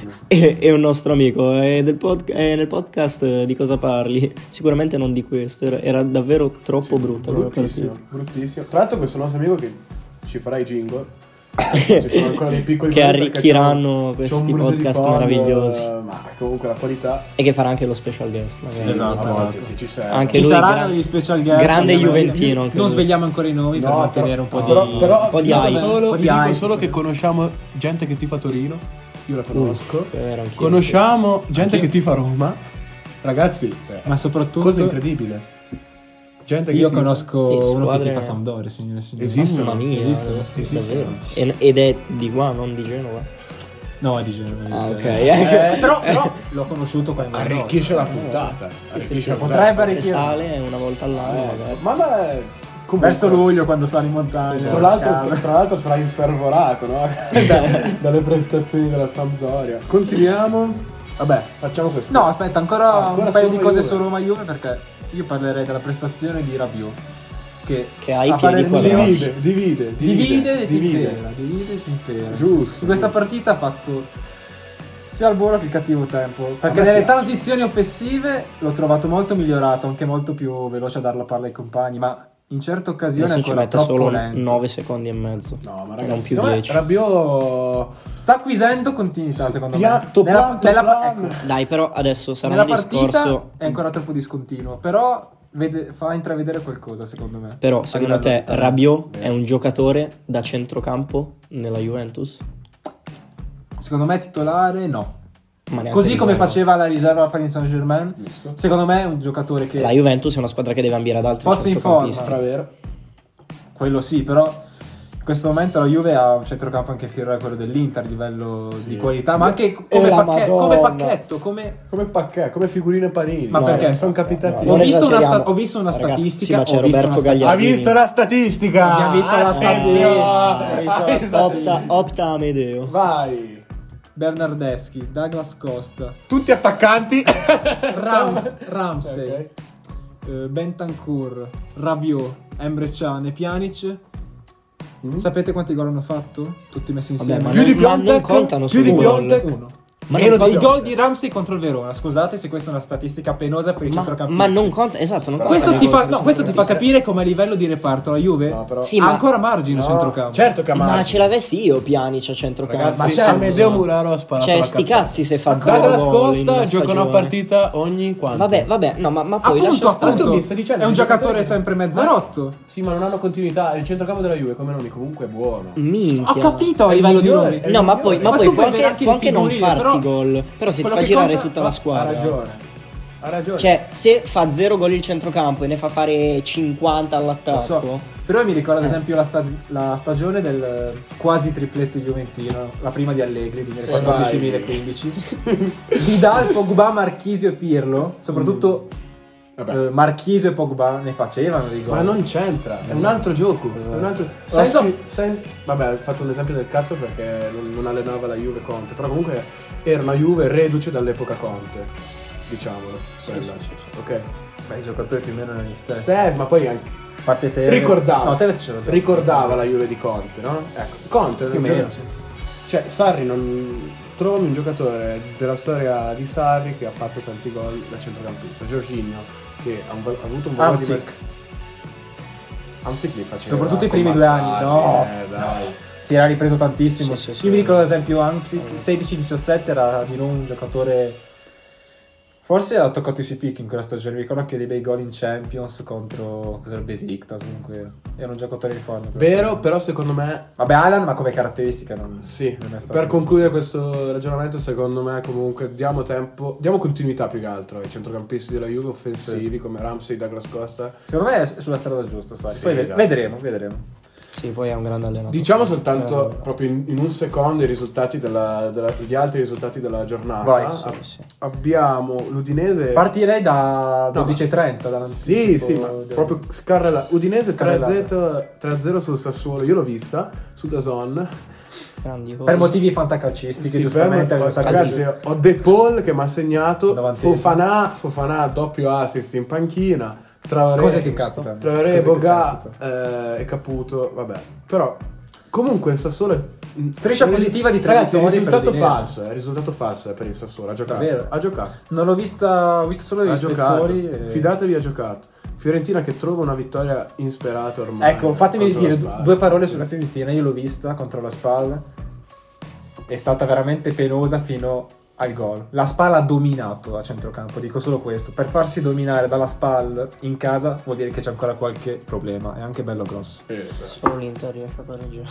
E un nostro amico, nel podcast di cosa parli? Sicuramente non di questo, era davvero troppo brutta come Bruttissimo, partita. bruttissimo. Tra l'altro questo nostro amico che ci farà i jingle. Ci sono ancora dei piccoli Che problemi perché arricchiranno c'è un questi bruso di podcast fondo, meravigliosi. Ma comunque la qualità. E che farà anche lo special guest, magari. Esatto. A volte sì, ci serve. Anche Ci lui saranno gran- gli special guest. grande ovviamente. juventino anche Non lui. svegliamo ancora i nomi per No, mantenere però, un po' di... però, un po' di vi dico hype. solo, Un po' di vi dico hype. solo che conosciamo gente che tifa Torino. Io la conosco. Vero, anch'io. Conosciamo gente Anch'io. che tifa Roma. Ragazzi, Ma soprattutto cosa incredibile. Gente che io tifa- conosco Sì, uno squadre- che tifa Sampdoria, signore e signori. Esistono. Mamma mia, Esistono. davvero. Ed è di qua, non di Genova. No, è di Genova. Ah, ok. Però l'ho conosciuto quando ero Arricchisce la puntata. Arricchisce la puntata. Potrebbe Se arricchire. sale una volta all'anno, magari. Ma comunque, Verso luglio quando sali in montagna. Tra l'altro sarà infervorato, no? Dalle prestazioni della Sampdoria. Continuiamo. Vabbè, facciamo questo. No, aspetta, ancora Ancora un paio su di Roma cose Juve. su Roma Juve perché io parlerei della prestazione di Rabiot Che ha i a piedi parer quadrati. mio divide e ti impera. Giusto. Su questa partita ha fatto sia il buono che il cattivo tempo. Perché me nelle piace. transizioni offensive l'ho trovato molto migliorato, anche molto più veloce a dare la palla ai compagni, ma in certe occasioni è Adesso ci ancora mette troppo solo lento. 9 secondi e mezzo. No, ma non ragazzi, più secondo me 10. Rabiot Sta acquisendo continuità, secondo me. piatto, Nella plan. ecco, Dai, però adesso sarà nella un partita discorso. è ancora troppo discontinuo, però fa intravedere qualcosa, secondo me. Però secondo A te livello di Rabiot è un giocatore da centrocampo nella Juventus? Secondo me titolare no. Ma neanche Così come riserva. faceva la riserva al Paris Saint-Germain, Giusto. secondo me è un giocatore che La Juventus è una squadra che deve ambire ad altri Fosse in centrocampisti. Stravero. quello sì, però in questo momento la Juve ha un centrocampo anche inferiore a quello dell'Inter a livello Sì. di qualità, ma anche E come, la come Madonna. pacchetto, come... Come figurine panini. Ma perché? Sono capitati. No, Ho non visto una esageriamo. ho visto una Ragazzi, statistica, sì, ma c'è ho visto Roberto una Gagliardini. Ha visto la statistica? Abbiamo visto la statistica. Ha visto la statistica. Opta Amedeo. Vai. Bernardeschi, Douglas Costa, Tutti attaccanti. Ramsey, Bentancur, Rabiot, Emre Can e Pjanic. Sapete quanti gol hanno fatto? Tutti messi insieme. Vabbè, ma Più di non Piontek, contano più solo di gol. Piontek. Uno. Ma Meno non di I Conte. gol di Ramsey contro il Verona, scusate se questa è una statistica penosa per i centrocampisti. ma non conta, esatto, non conta. Questo nei ti fa, gol per no, questo ti fa centrocampista. capire come a livello di reparto la Juve No, però- Sì, ha ma- ancora margine a No, centrocampo. certo che ha Ma margine. ce l'avessi io Pjanic a centrocampo. Ragazzi, Ma ma certo, Amedeo no. Muraro ha sparato Cioè, la sti cazzata. cazzi se fa 0 Douglas gol in Costa una gioca una stagione. partita ogni quanto? Vabbè, no, ma poi lascia Appunto, stare. Tu mi stai dicendo è un i giocatore giocatori- sempre mezzanotto. Sì, ma non hanno continuità. Il centrocampo della Juve come nomi comunque è buono. Minchia. Ho capito a È il livello di migliore, nomi. è il No, ma migliore. poi, Ma tu può puoi avere anche, anche può il anche non figurine, farti però- gol. Però se ti quello fa che girare conta- tutta la Ha squadra. ragione. Ha ragione. Cioè, se fa 0 gol il centrocampo e ne fa fare 50 Lo all'attacco. so. Però mi ricorda ad esempio la stagione del quasi triplete juventino, la prima di Allegri, 2014-2015. Vidal, Pogba, Marchisio e Pirlo, soprattutto Vabbè. Marchisio e Pogba ne facevano dei gol. Ma non c'entra, è un altro gioco. È un altro... Vabbè, ho fatto un esempio del cazzo perché non allenava la Juve Conte, però comunque era una Juve reduce dall'epoca Conte, diciamolo. Quella. Ok. Beh, i giocatori più o meno erano gli stessi. Steph, ma poi anche A parte Tevez. ricordava, No, Tevez ce l'ho già. ricordava la Juve di Conte, no? Ecco, Conte Più o meno, sì. Cioè, Sarri non... Trovami un giocatore della storia di Sarri che ha fatto tanti gol da centrocampista. Jorginho, che ha avuto un valore di... Hamsik li faceva. Soprattutto i primi con 2 anni, Mazzarri, no? dai. Si era ripreso tantissimo. Sì, sì, Io mi sì. ricordo ad esempio Hamsik 16-17 era di nuovo un giocatore. Forse ha toccato i suoi picchi in quella stagione. Mi ricordo anche dei bei gol in Champions contro cos'era il Besiktas. Comunque era un giocatore in forma. quella Vero, stagione. però secondo me Vabbè, Alan, ma come caratteristica non. sì, non è stato. per concludere questo ragionamento, secondo me comunque diamo tempo, diamo continuità più che altro ai centrocampisti della Juve offensivi come Ramsey, Douglas Costa. Secondo me è sulla strada giusta, sai. Sì, Poi dai. vedremo. Sì, poi è un grande allenatore. Diciamo soltanto proprio in un secondo i risultati gli altri risultati della giornata. Vai, sì. Abbiamo l'Udinese. Partirei da No, 12:30 dall'anticipo Sì, ma del- proprio Udinese Scarrellata. 3-0 sul Sassuolo. Io l'ho vista su DAZN. Grandioso. Per motivi fantacalcistici, Sì, giustamente. per- lo sa ragazzi, che- ho De Paul che mi ha segnato. Davanti. Fofana doppio assist in panchina. Traoré, Cose che capitano. Traoré, Cose che Boga capitano. e Caputo. Vabbè, però comunque il Sassuolo Striscia positiva di tre ragazzi, il vittorie per risultato l'Udinese. falso, il risultato falso è per il Sassuolo. Ha giocato. Davvero? Ha giocato. Non l'ho vista, ho visto solo degli Ha giocato. spezzoni. e- Fidatevi, ha giocato. Fiorentina che trova una vittoria insperata ormai. Ecco, fatemi contro la dire Spal. due parole sulla Fiorentina. Io l'ho vista contro la Spal. È stata veramente penosa fino al gol. La Spal ha dominato a centrocampo, dico solo questo. Per farsi dominare dalla Spal in casa vuol dire che c'è ancora qualche problema. È anche bello grosso. Solo l'Inter riesce a pareggiare.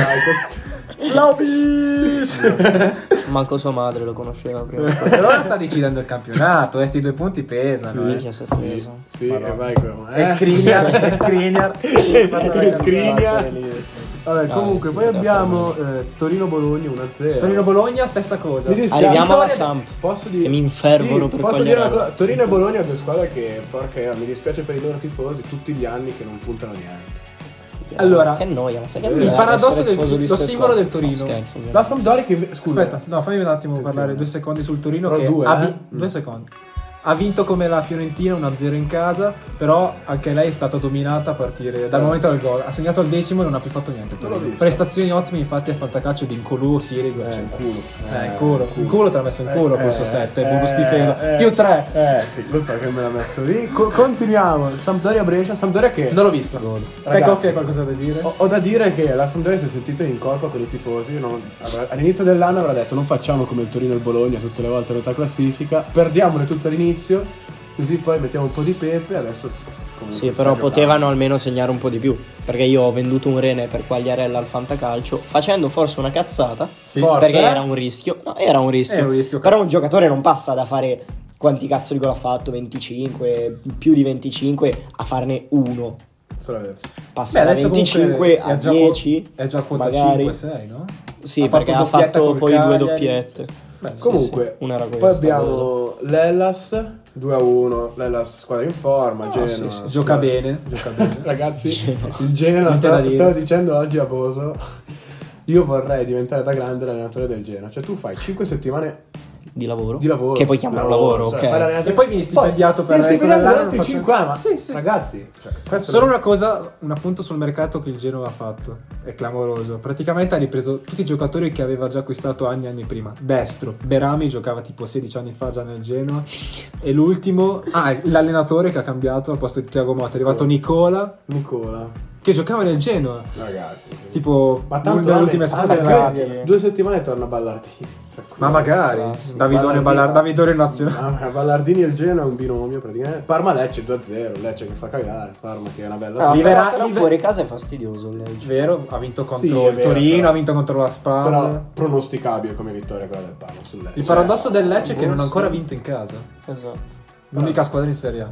L'ho visto! Manco sua madre lo conosceva prima. Per ora sta decidendo il campionato. Questi 2 punti pesano. Minchia, si è preso. Sì, Madonna. e vai come. E Skriniar. Skriniar. Vabbè, Ah, comunque, sì, poi poteva abbiamo Torino-Bologna 1-0. Torino-Bologna, stessa cosa. Mi dispiace. Arriviamo alla Vittoria- Samp. Posso dire? Che mi infervono Sì, per posso dire una Quagliarella. cosa? Torino e Bologna due squadre che, porca, mi dispiace per i loro tifosi, tutti gli anni che non puntano niente. Allora, che noia, ma sai che il noia paradosso essere del- tifoso di lo ste simbolo squadre? del Torino. No, scherzo, ovviamente. La Sampdoria che, scusa, Aspetta, no, fammi un attimo Attenzione. parlare 2 secondi sul Torino. Però Che due, ha eh? 2 secondi. Ha vinto come la Fiorentina 1-0 in casa, però anche lei è stata dominata a partire dal momento del gol. Ha segnato al 10° e non ha più fatto niente. il Non l'ho Torino. visto. Prestazioni ottime, infatti, a fantacalcio di Ncolù, Sirigu, in eccetera. culo. In culo. In culo te l'ha messo in culo col suo 7, bonus difesa. eh. Più 3. Sì, lo so che me l'ha messo lì. Continuiamo. Sampdoria-Brescia. Sampdoria che... Non l'ho vista. Te Ragazzi, Coffi hai qualcosa da dire? Ho da dire che la Sampdoria si è sentita in colpa con i tifosi. All'inizio dell'anno avrà detto non facciamo come il Torino e il Bologna tutte le volte a metà classifica, perdiamole tutte all'inizio, così poi mettiamo un po' di pepe. Adesso comunque Sì, sta però giocando. potevano almeno segnare un po' di più. Perché io ho venduto un rene per Quagliarella al fantacalcio, facendo forse una cazzata. Sì. Forse, Perché era un rischio. No, era un rischio. Era un rischio. Però un giocatore non passa da fare quanti cazzo di gol ha fatto? 25, più di 25, a farne uno. Sarà vero. Passa da adesso 25 comunque a è già 10. È già quota magari. 5-6, no? Sì, perché ha doppietta fatto col poi 2 Cagliari. doppiette. Beh, sì, Comunque, sì, una era poi questa, abbiamo l'Hellas 2-1. L'Hellas squadra in forma. Genoa, sì, sì. squadra- Gioca bene. Ragazzi, il Genoa, Niente da dire. stavo dicendo oggi a Boso, io vorrei diventare da grande l'allenatore del Genoa. Cioè tu fai 5 settimane di lavoro. Di lavoro. Che poi chiamano lavoro, cioè, ok. fai l'allenatore- E poi vieni stipendiato per il vieni resto stipendiato dell'anno, per altri faccio- 5 anni, ma Sì, sì. ragazzi, cioè, questo Solo è- una cosa, un appunto sul mercato che il Genoa ha fatto, è clamoroso. Praticamente ha ripreso tutti i giocatori che aveva già acquistato anni e anni prima. Destro, Berami giocava tipo 16 anni fa già nel Genoa. E l'ultimo, l'allenatore che ha cambiato al posto di Thiago Motta, è arrivato Nicola, che giocava nel Genoa. ragazzi. Tipo, Ma tanto le ultime squadre della... 2 settimane torna Ballardini. Ma magari, Classico. Davidone nazionale. Ah, Ballardini e il Genoa è un binomio praticamente. Parma-Lecce 2-0, Lecce che fa cagare, Parma che è una bella Ah, Livera- però Liver- fuori casa è fastidioso il Lecce. Vero, ha vinto contro Sì, è il vero, Torino, però- ha vinto contro la Spal. però pronosticabile come vittoria quella del Parma sul Lecce. Il paradosso del Lecce è che non ha Borussia. ancora vinto in casa. Esatto. L'unica squadra in Serie A.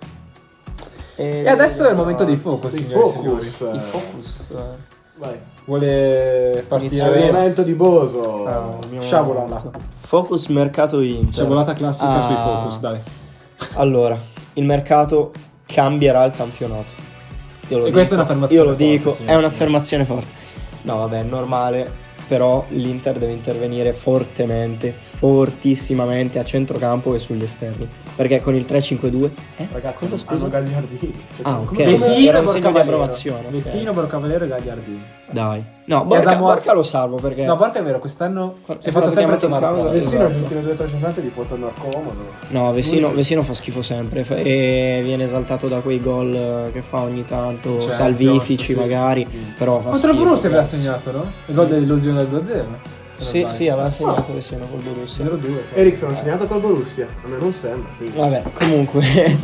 E E adesso è il momento dei focus, Dei signori e focus. signori. I focus. Vai. Vuole È il partire? momento di Boso. il mio Sciabolata. momento. Focus mercato Inter. Sciabolata classica Ah. sui focus, dai. Allora, il mercato cambierà il campionato. Io lo E questa è un'affermazione Io lo forte, dico, signori. è un'affermazione forte. No, vabbè, è normale. Però l'Inter deve intervenire fortemente, fortissimamente a centrocampo e sugli esterni. Perché con il 3-5-2... Ragazzi, cosa scusa? hanno Gagliardini. Cioè, Ah, ok. come- Vecino, Era un segno di Borcavalero. approvazione, ok. Vecino, Borcavalero e Gagliardini. Dai. No, Samoa- Borca lo salvo perché... No, Borca è vero, quest'anno È si è stato fatto sempre chiamato in tornare causa. fuori. Vecino Esatto. le ultime 2-3 giornate gli può tornare comodo. No, Vesino fa schifo sempre e viene esaltato da quei gol che fa ogni tanto, Certo, salvifici sì, magari, sì. però fa Contro il schifo, Borussia aveva cazzo. segnato, no? Il gol dell'illusione del 2-0. Sì, sì, aveva segnato Vesino col Borussia. 0-2. Ericsson ha segnato col Borussia, a me non sembra. Quindi. Vabbè, comunque,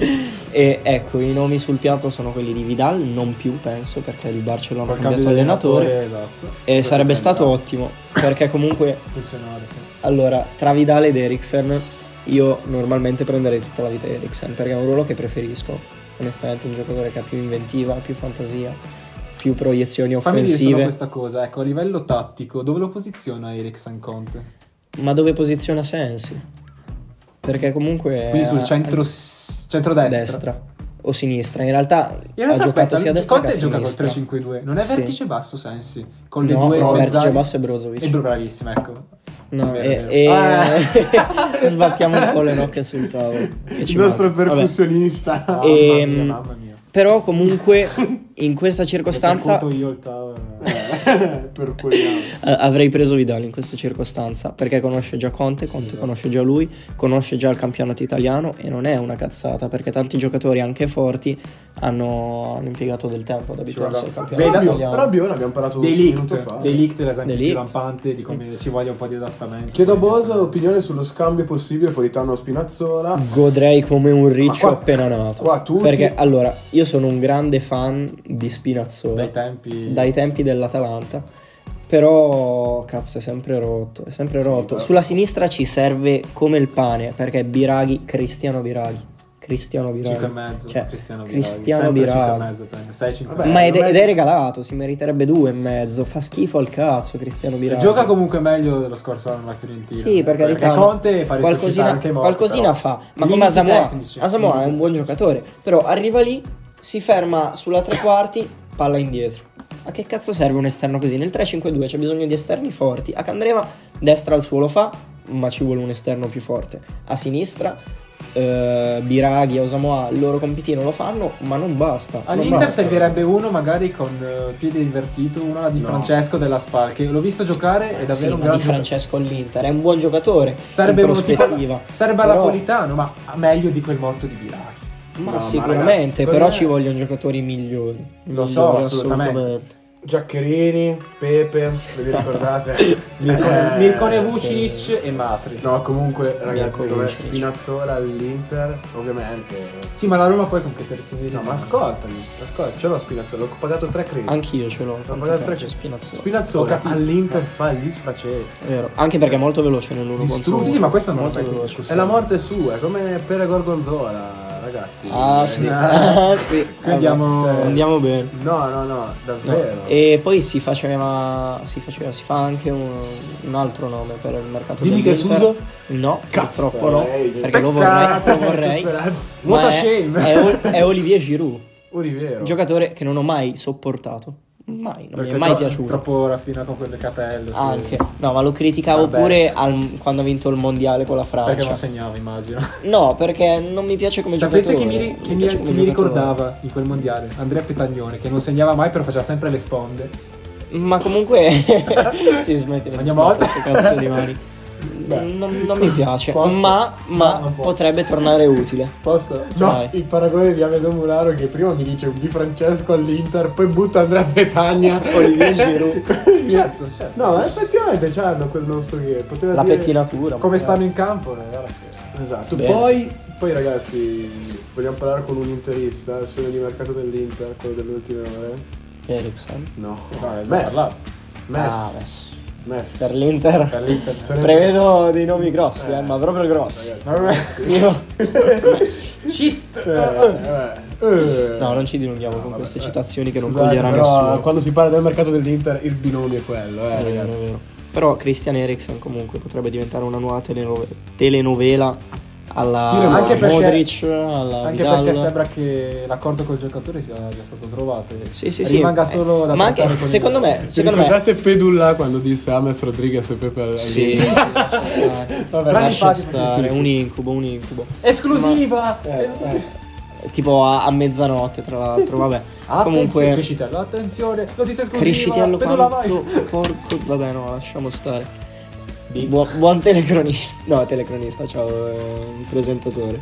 e ecco, i nomi sul piatto sono quelli di Vidal, non più penso, perché il Barcellona ha Col cambio cambiato di allenatore, esatto. e sarebbe stato ottimo, perché comunque, Funzionale, sì. allora, tra Vidal ed Eriksen, io normalmente prenderei tutta la vita Eriksen, perché è un ruolo che preferisco, onestamente, un giocatore che ha più inventiva, più fantasia, più proiezioni Fammi dire solo offensive. questa cosa, ecco, a livello tattico, dove lo posiziona Eriksen Conte? Ma dove posiziona Sensi? Perché comunque Quindi sul è centro-destra. destra o sinistra. In realtà, In realtà ha giocato aspetta, sia a destra che Conte a gioca col sinistra. 3-5-2, non è Sì. vertice basso Sensi, con le No, due no, mezzali. vertice basso è Brozovic. E bravissimo, ecco. No, Vero, e vero. sbattiamo un po' le nocche sul tavolo. Che ci Il nostro manca. Vabbè. percussionista. Mamma mia. Però comunque in questa circostanza Percuoto io il tavolo. Percuriamo. avrei preso Vidal in questa circostanza perché conosce già Conte conosce già lui, conosce già il campionato italiano e non è una cazzata perché tanti giocatori anche forti hanno impiegato del tempo ad abituarsi al campionato Vedi, italiano. Però Bione abbiamo parlato Dei un minuto Ligt, fa. Dei Ligt è l'esempio De più Ligt. lampante di come ci voglia un po' di adattamento. Chiedo a Boso opinione sullo scambio possibile Politano-Spinazzola. Godrei come un riccio qua- appena nato. qua tutti- Perché allora, io sono un grande fan di Spinazzola Dai tempi dell'Atalanta. Però cazzo è sempre rotto, però- Sulla sinistra ci serve come il pane, perché Cristiano Biraghi. 5,5 Cioè, Cristiano Cristiano Biraghi. Biraghi. 6,5. Vabbè, Ma ed non è- è regalato, si meriterebbe 2,5. Fa schifo al cazzo Cristiano Biraghi. Gioca comunque meglio dello scorso anno alla Fiorentina. Sì, per carità, Perché Conte fa risuscitare qualcosina, anche morto, qualcosina però. fa. Ma come Limiti Asamoah. tecnici. Asamoah è un buon giocatore. Però arriva lì, si ferma sulla tre quarti, palla indietro. A che cazzo serve un esterno così? Nel 3-5-2 c'è bisogno di esterni forti. A Candreva, destra al suo lo fa, ma ci vuole un esterno più forte. A sinistra, Biraghi, Asamoah, il loro compitino lo fanno, ma non basta. Non All'Inter basta. servirebbe uno magari con piede invertito, uno alla Di No. Francesco della Spal, che l'ho visto giocare è davvero Sì, un ma gran Di Francesco all'Inter è un buon giocatore. Sarebbe in uno tipo, prospettiva. sarebbe alla Però- Politano, ma meglio di quel morto di Biraghi. Ma No, sicuramente, ma ragazzi, però secondo me- ci vogliono giocatori migliori. Lo so, assolutamente. Giaccherini, Pepe, ve li ricordate? Mircone Vucinic e Matri. No, comunque ragazzi, Mirko secondo me Vucinic. Spinazzola all'Inter, ovviamente. Sì, ma la Roma poi con che terzini No, ma ascoltami, ce l'ho Spinazzola, l'ho pagato 3 crediti. Anch'io ce l'ho. L'ho quanto pagato piace 3 Spinazzola. Ho Spinazzola capito. all'Inter fa gli sfraceti. È vero. Anche perché è molto veloce nell'uno contro Distrugge. uno. Sì, ma questo non lo molto metto in veloce. È discussione. la morte sua, è come Pere Gorgonzola, ragazzi. Ah sì, Ah, sì. qui andiamo- Vabbè, andiamo bene. No, davvero. E poi si fa anche un altro nome per il mercato Dimmi che è dell'Inter. Suso? No, Cazzo, purtroppo no, perché peccato. lo vorrei. What ma a shame. è Olivier Giroud, Olivero. un giocatore che non ho mai sopportato. Mai, non mi Perché è mai piaciuto. Troppo raffinato con quelle capelle. Sì. Anche. No, ma lo criticavo Vabbè. pure quando ha vinto il mondiale con la Perché non Francia. segnava, immagino. No, perché non mi piace come Sapete giocatore. chi piace come mi giocatore. ricordava in quel mondiale? Andrea Petagnone, che non segnava mai però faceva sempre le sponde. Ma comunque si smette di Andiamo oltre. queste cazzo di mani. Non mi piace, Posso? ma non può. potrebbe tornare utile. Posso? Vai. Il paragone di Amedo Mularo che prima mi dice un Di Francesco all'Inter, poi butta Andrea Petagna. Olivier Giroud. Certo. No, ma effettivamente c'hanno quel non so che. Poteva La dire... pettinatura. Come stanno in campo, guarda che- Esatto. Bene. Poi ragazzi, vogliamo parlare con un interista, il sogno di mercato dell'Inter, quello delle ultime ore? Eriksen. No. No, hai già Messi. parlato. Ah, Messi. per l'Inter. Per l'Inter. Sarebbe- Prevedo dei nomi grossi, ma proprio grossi. Ragazzi. Io. Messi. Cheat. No, non ci dilunghiamo con queste citazioni che non Scusate, coglierà però, nessuno. quando si parla del mercato dell'Inter, il binomio è quello, È vero, ragazzi. è vero. Però Christian Eriksen comunque potrebbe diventare una nuova telenovela alla Stile Anche perché- Modric, alla Anche Vidal. perché sembra che l'accordo col giocatore sia già stato trovato. e Sì. rimanga solo da ma trattare anche con secondo il- me, Ti secondo me ricordate Pedulla quando disse James Rodriguez e Pepe Allegri? sì, lascia stare. Vabbè, Lascia sì, stare, sì. un incubo. Esclusiva! Tipo a mezzanotte, tra l'altro, vabbè. Attenzione, Comunque Criscitello, attenzione, notizia esclusiva. Criscitiello Pedulla, quanto vai. porco, vabbè, no, lasciamo stare. Buon telecronista. No, telecronista, ciao, presentatore.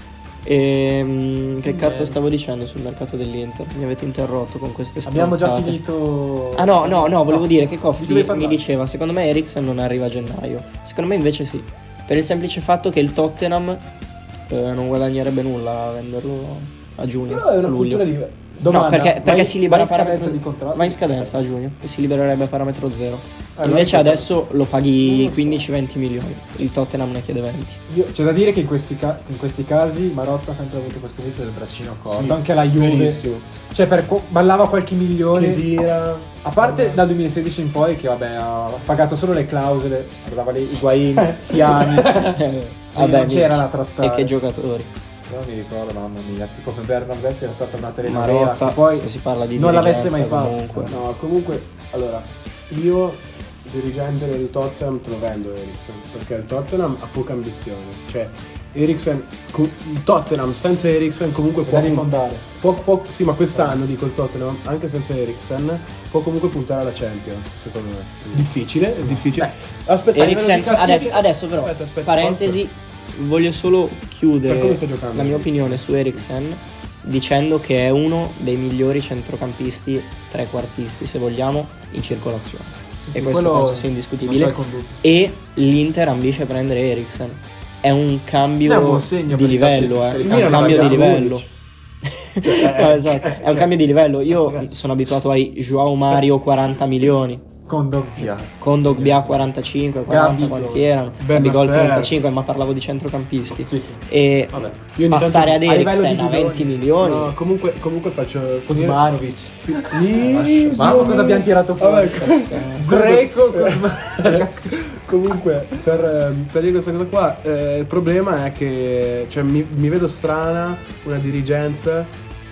Che cazzo stavo dicendo sul mercato dell'Inter? Mi avete interrotto con queste Abbiamo già stronzate. finito. Ah no, volevo dire che Di Coffi dove mi parlare? diceva, secondo me Eriksen non arriva a gennaio. Secondo me invece sì. Per il semplice fatto che il Tottenham non guadagnerebbe nulla a venderlo a giugno. Però è una a luglio. cultura diversa. Domanda, No, perché vai- si libera vai in scadenza parametro di contratto? va in scadenza a giugno e si libererebbe a parametro zero. Allora, Invece il adesso lo paghi Non lo so. 15-20 milioni. Il Tottenham ne chiede 20. C'è da dire che in questi casi Marotta ha sempre avuto questo inizio del braccino corto. Sì, Anche la Juve. verissimo. Cioè, ballava qualche milione. Che tira. A parte dal 2016 in poi, che vabbè, ha pagato solo le clausole, guardava lì Higuain, Pjanic, Vabbè, non c'era minchia. da trattare. E che giocatori. Non mi ricordo, mamma mia, tipo per Bernabé che era stata una telenovela, Marotta, che poi se si parla di non l'avesse mai dirigenza, fatto. comunque. No, comunque, allora, io dirigente del Tottenham te lo vendo Eriksen, perché il Tottenham ha poca ambizione. Cioè, Eriksen, il Tottenham senza Eriksen comunque Da rifondare. sì, ma quest'anno dico il Tottenham, anche senza Eriksen, può comunque puntare alla Champions, secondo me. Difficile, è difficile. Aspetta, Eriksen, adesso però, aspetta, parentesi, voglio solo Per chiudere come sta giocando la mia Eriksen? opinione su Eriksen dicendo che è uno dei migliori centrocampisti trequartisti, se vogliamo, in circolazione. Sì, E questo quello penso sia non indiscutibile. c'è alcun dubbio. E l'Inter ambisce a prendere Eriksen. È un cambio È un buon segno di per i livello, calciatori. è Il un Milan cambio aveva di già livello. No, esatto, è un cambio di livello. Io sono abituato ai Joao Mario 40 milioni. Con Dogbia. Con Dogbia 45, 40, Gabigol. quanti erano? Ben Gabigol Nasser. 35, ma parlavo di centrocampisti. Sì, sì. E Vabbè. Io ogni passare ad tanto- a livello Eriksen di a 20 bidoni. milioni. No, comunque faccio finire. Kuzmanovic. Ih, Mamma, cosa abbiamo tirato fuori? Vabbè, Greco. comunque per dire questa cosa qua, il problema è che cioè, mi vedo strana una dirigenza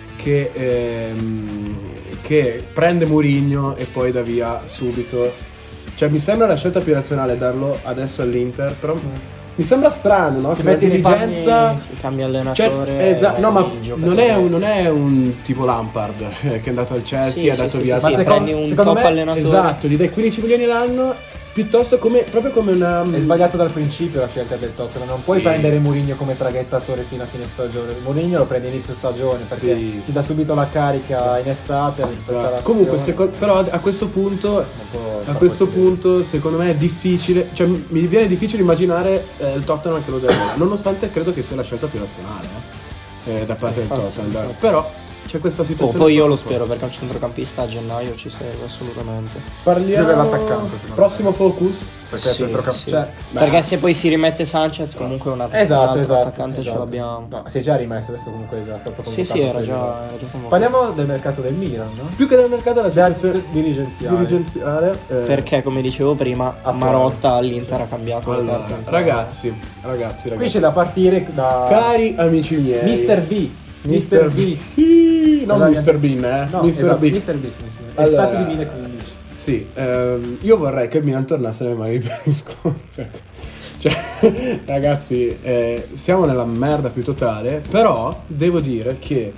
che prende Mourinho e poi dà via subito. Cioè mi sembra la scelta più razionale darlo adesso all'Inter, però mi sembra strano, no? Ti Che la metti nei panni- dirigenza Cambia allenatore. cioè, esatto, no, ma il giocatore. non è un tipo Lampard che è andato al Chelsea Sì, e ha sì, dato sì, via. sì, Ma sì, secondo- prendi un secondo top me- allenatore. Esatto, gli dai 15 milioni l'anno piuttosto proprio come una. È sbagliato dal principio la scelta del Tottenham. Non puoi Sì. prendere Mourinho come traghettatore fino a fine stagione. Mourinho lo prende inizio stagione perché Sì. ti dà subito la carica in estate. Esatto. Comunque, però a questo punto, secondo me è difficile. Cioè, mi viene difficile immaginare il Tottenham che lo deve fare, nonostante credo che sia la scelta più razionale da parte del Infatti, Tottenham. infatti. Però c'è questa situazione. Poi io lo qua. spero perché un centrocampista a gennaio ci serve assolutamente. Parliamo Più dell'attaccante, secondo prossimo focus. Perché Sì, sì. cioè, Perché se poi si rimette Sanchez comunque un altro attaccante ce l'abbiamo. No, si è già rimesso, adesso comunque è già stato Sì, convocato. sì, era per il- già convocato. Parliamo del mercato del Milan, no? Più che del mercato la situazione Dirigenziale. dirigenziale. Perché come dicevo prima, Attuale. Marotta all'Inter ha cambiato le Allora, carte entrate. Qui c'è da partire da Cari amici miei, Mr. B. Mr. Mr. B. B. non Mr. Bean, No, Mr. esatto, Bean. Mr. Beast. Allora, Estate 2015. Sì, io vorrei che il Milan tornasse nelle mani di Berlusconi. Cioè, ragazzi, siamo nella merda più totale, però devo dire che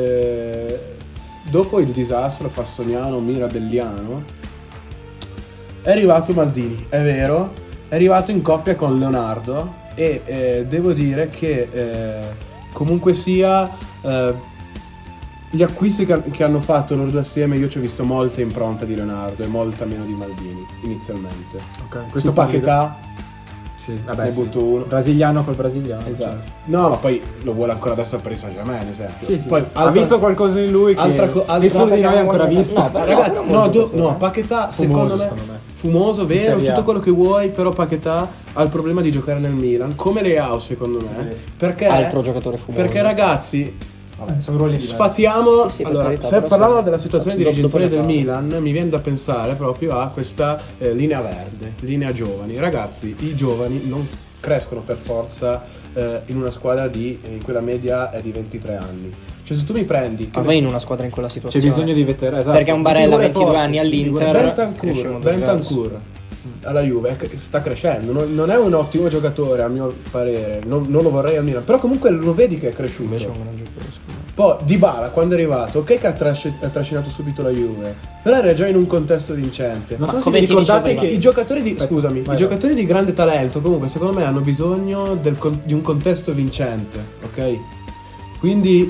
dopo il disastro fassoniano mirabelliano è arrivato Maldini, è vero, è arrivato in coppia con Leonardo e devo dire che comunque sia gli acquisti che hanno fatto loro due assieme, io ci ho visto molta impronta di Leonardo e molta meno di Maldini inizialmente. Ok, Questo Paquetá sì, vabbè, ne butto uno. Brasiliano col brasiliano. Esatto. Certo. No, ma poi lo vuole ancora adesso al Paris Saint-Germain, ad esempio. Sì, sì. Poi, Ha visto qualcosa in lui che nessuno di noi ha ancora visto. No, Ragazzi, no, Paquetá Fumoso, secondo me fumoso, vero, Serie A. tutto quello che vuoi, però Paquetá ha il problema di giocare nel Milan, come Leao secondo me, perché Altro giocatore fumoso. Perché ragazzi, Vabbè, sono ruoli diversi. sfatiamo. Sì, per allora, carità, se però parliamo sono- della situazione dopo dirigenziale ne del parlo. Milan, mi viene da pensare proprio a questa linea verde, linea giovani. Ragazzi, i giovani non crescono per forza in una squadra in quella media è di 23 anni. Cioè, se tu mi prendi che Ma ne vai so- in una squadra in quella C'è situazione. bisogno di veterani, esatto. Perché un Barella a Figure 22 forti, anni all'Inter cresce molto Bentancur alla Juve sta crescendo, non è un ottimo giocatore a mio parere, non lo vorrei al Milan, però comunque lo vedi che è cresciuto. Invece è un gran giocatore, scusa. Poi Dybala quando è arrivato, ok che ha trascinato subito la Juve, però era già in un contesto vincente. Non so se come vi ti dicevo ricordate prima, che I giocatori di Aspetta, scusami, vai, i giocatori di grande talento comunque secondo me hanno bisogno di un contesto vincente, ok? Quindi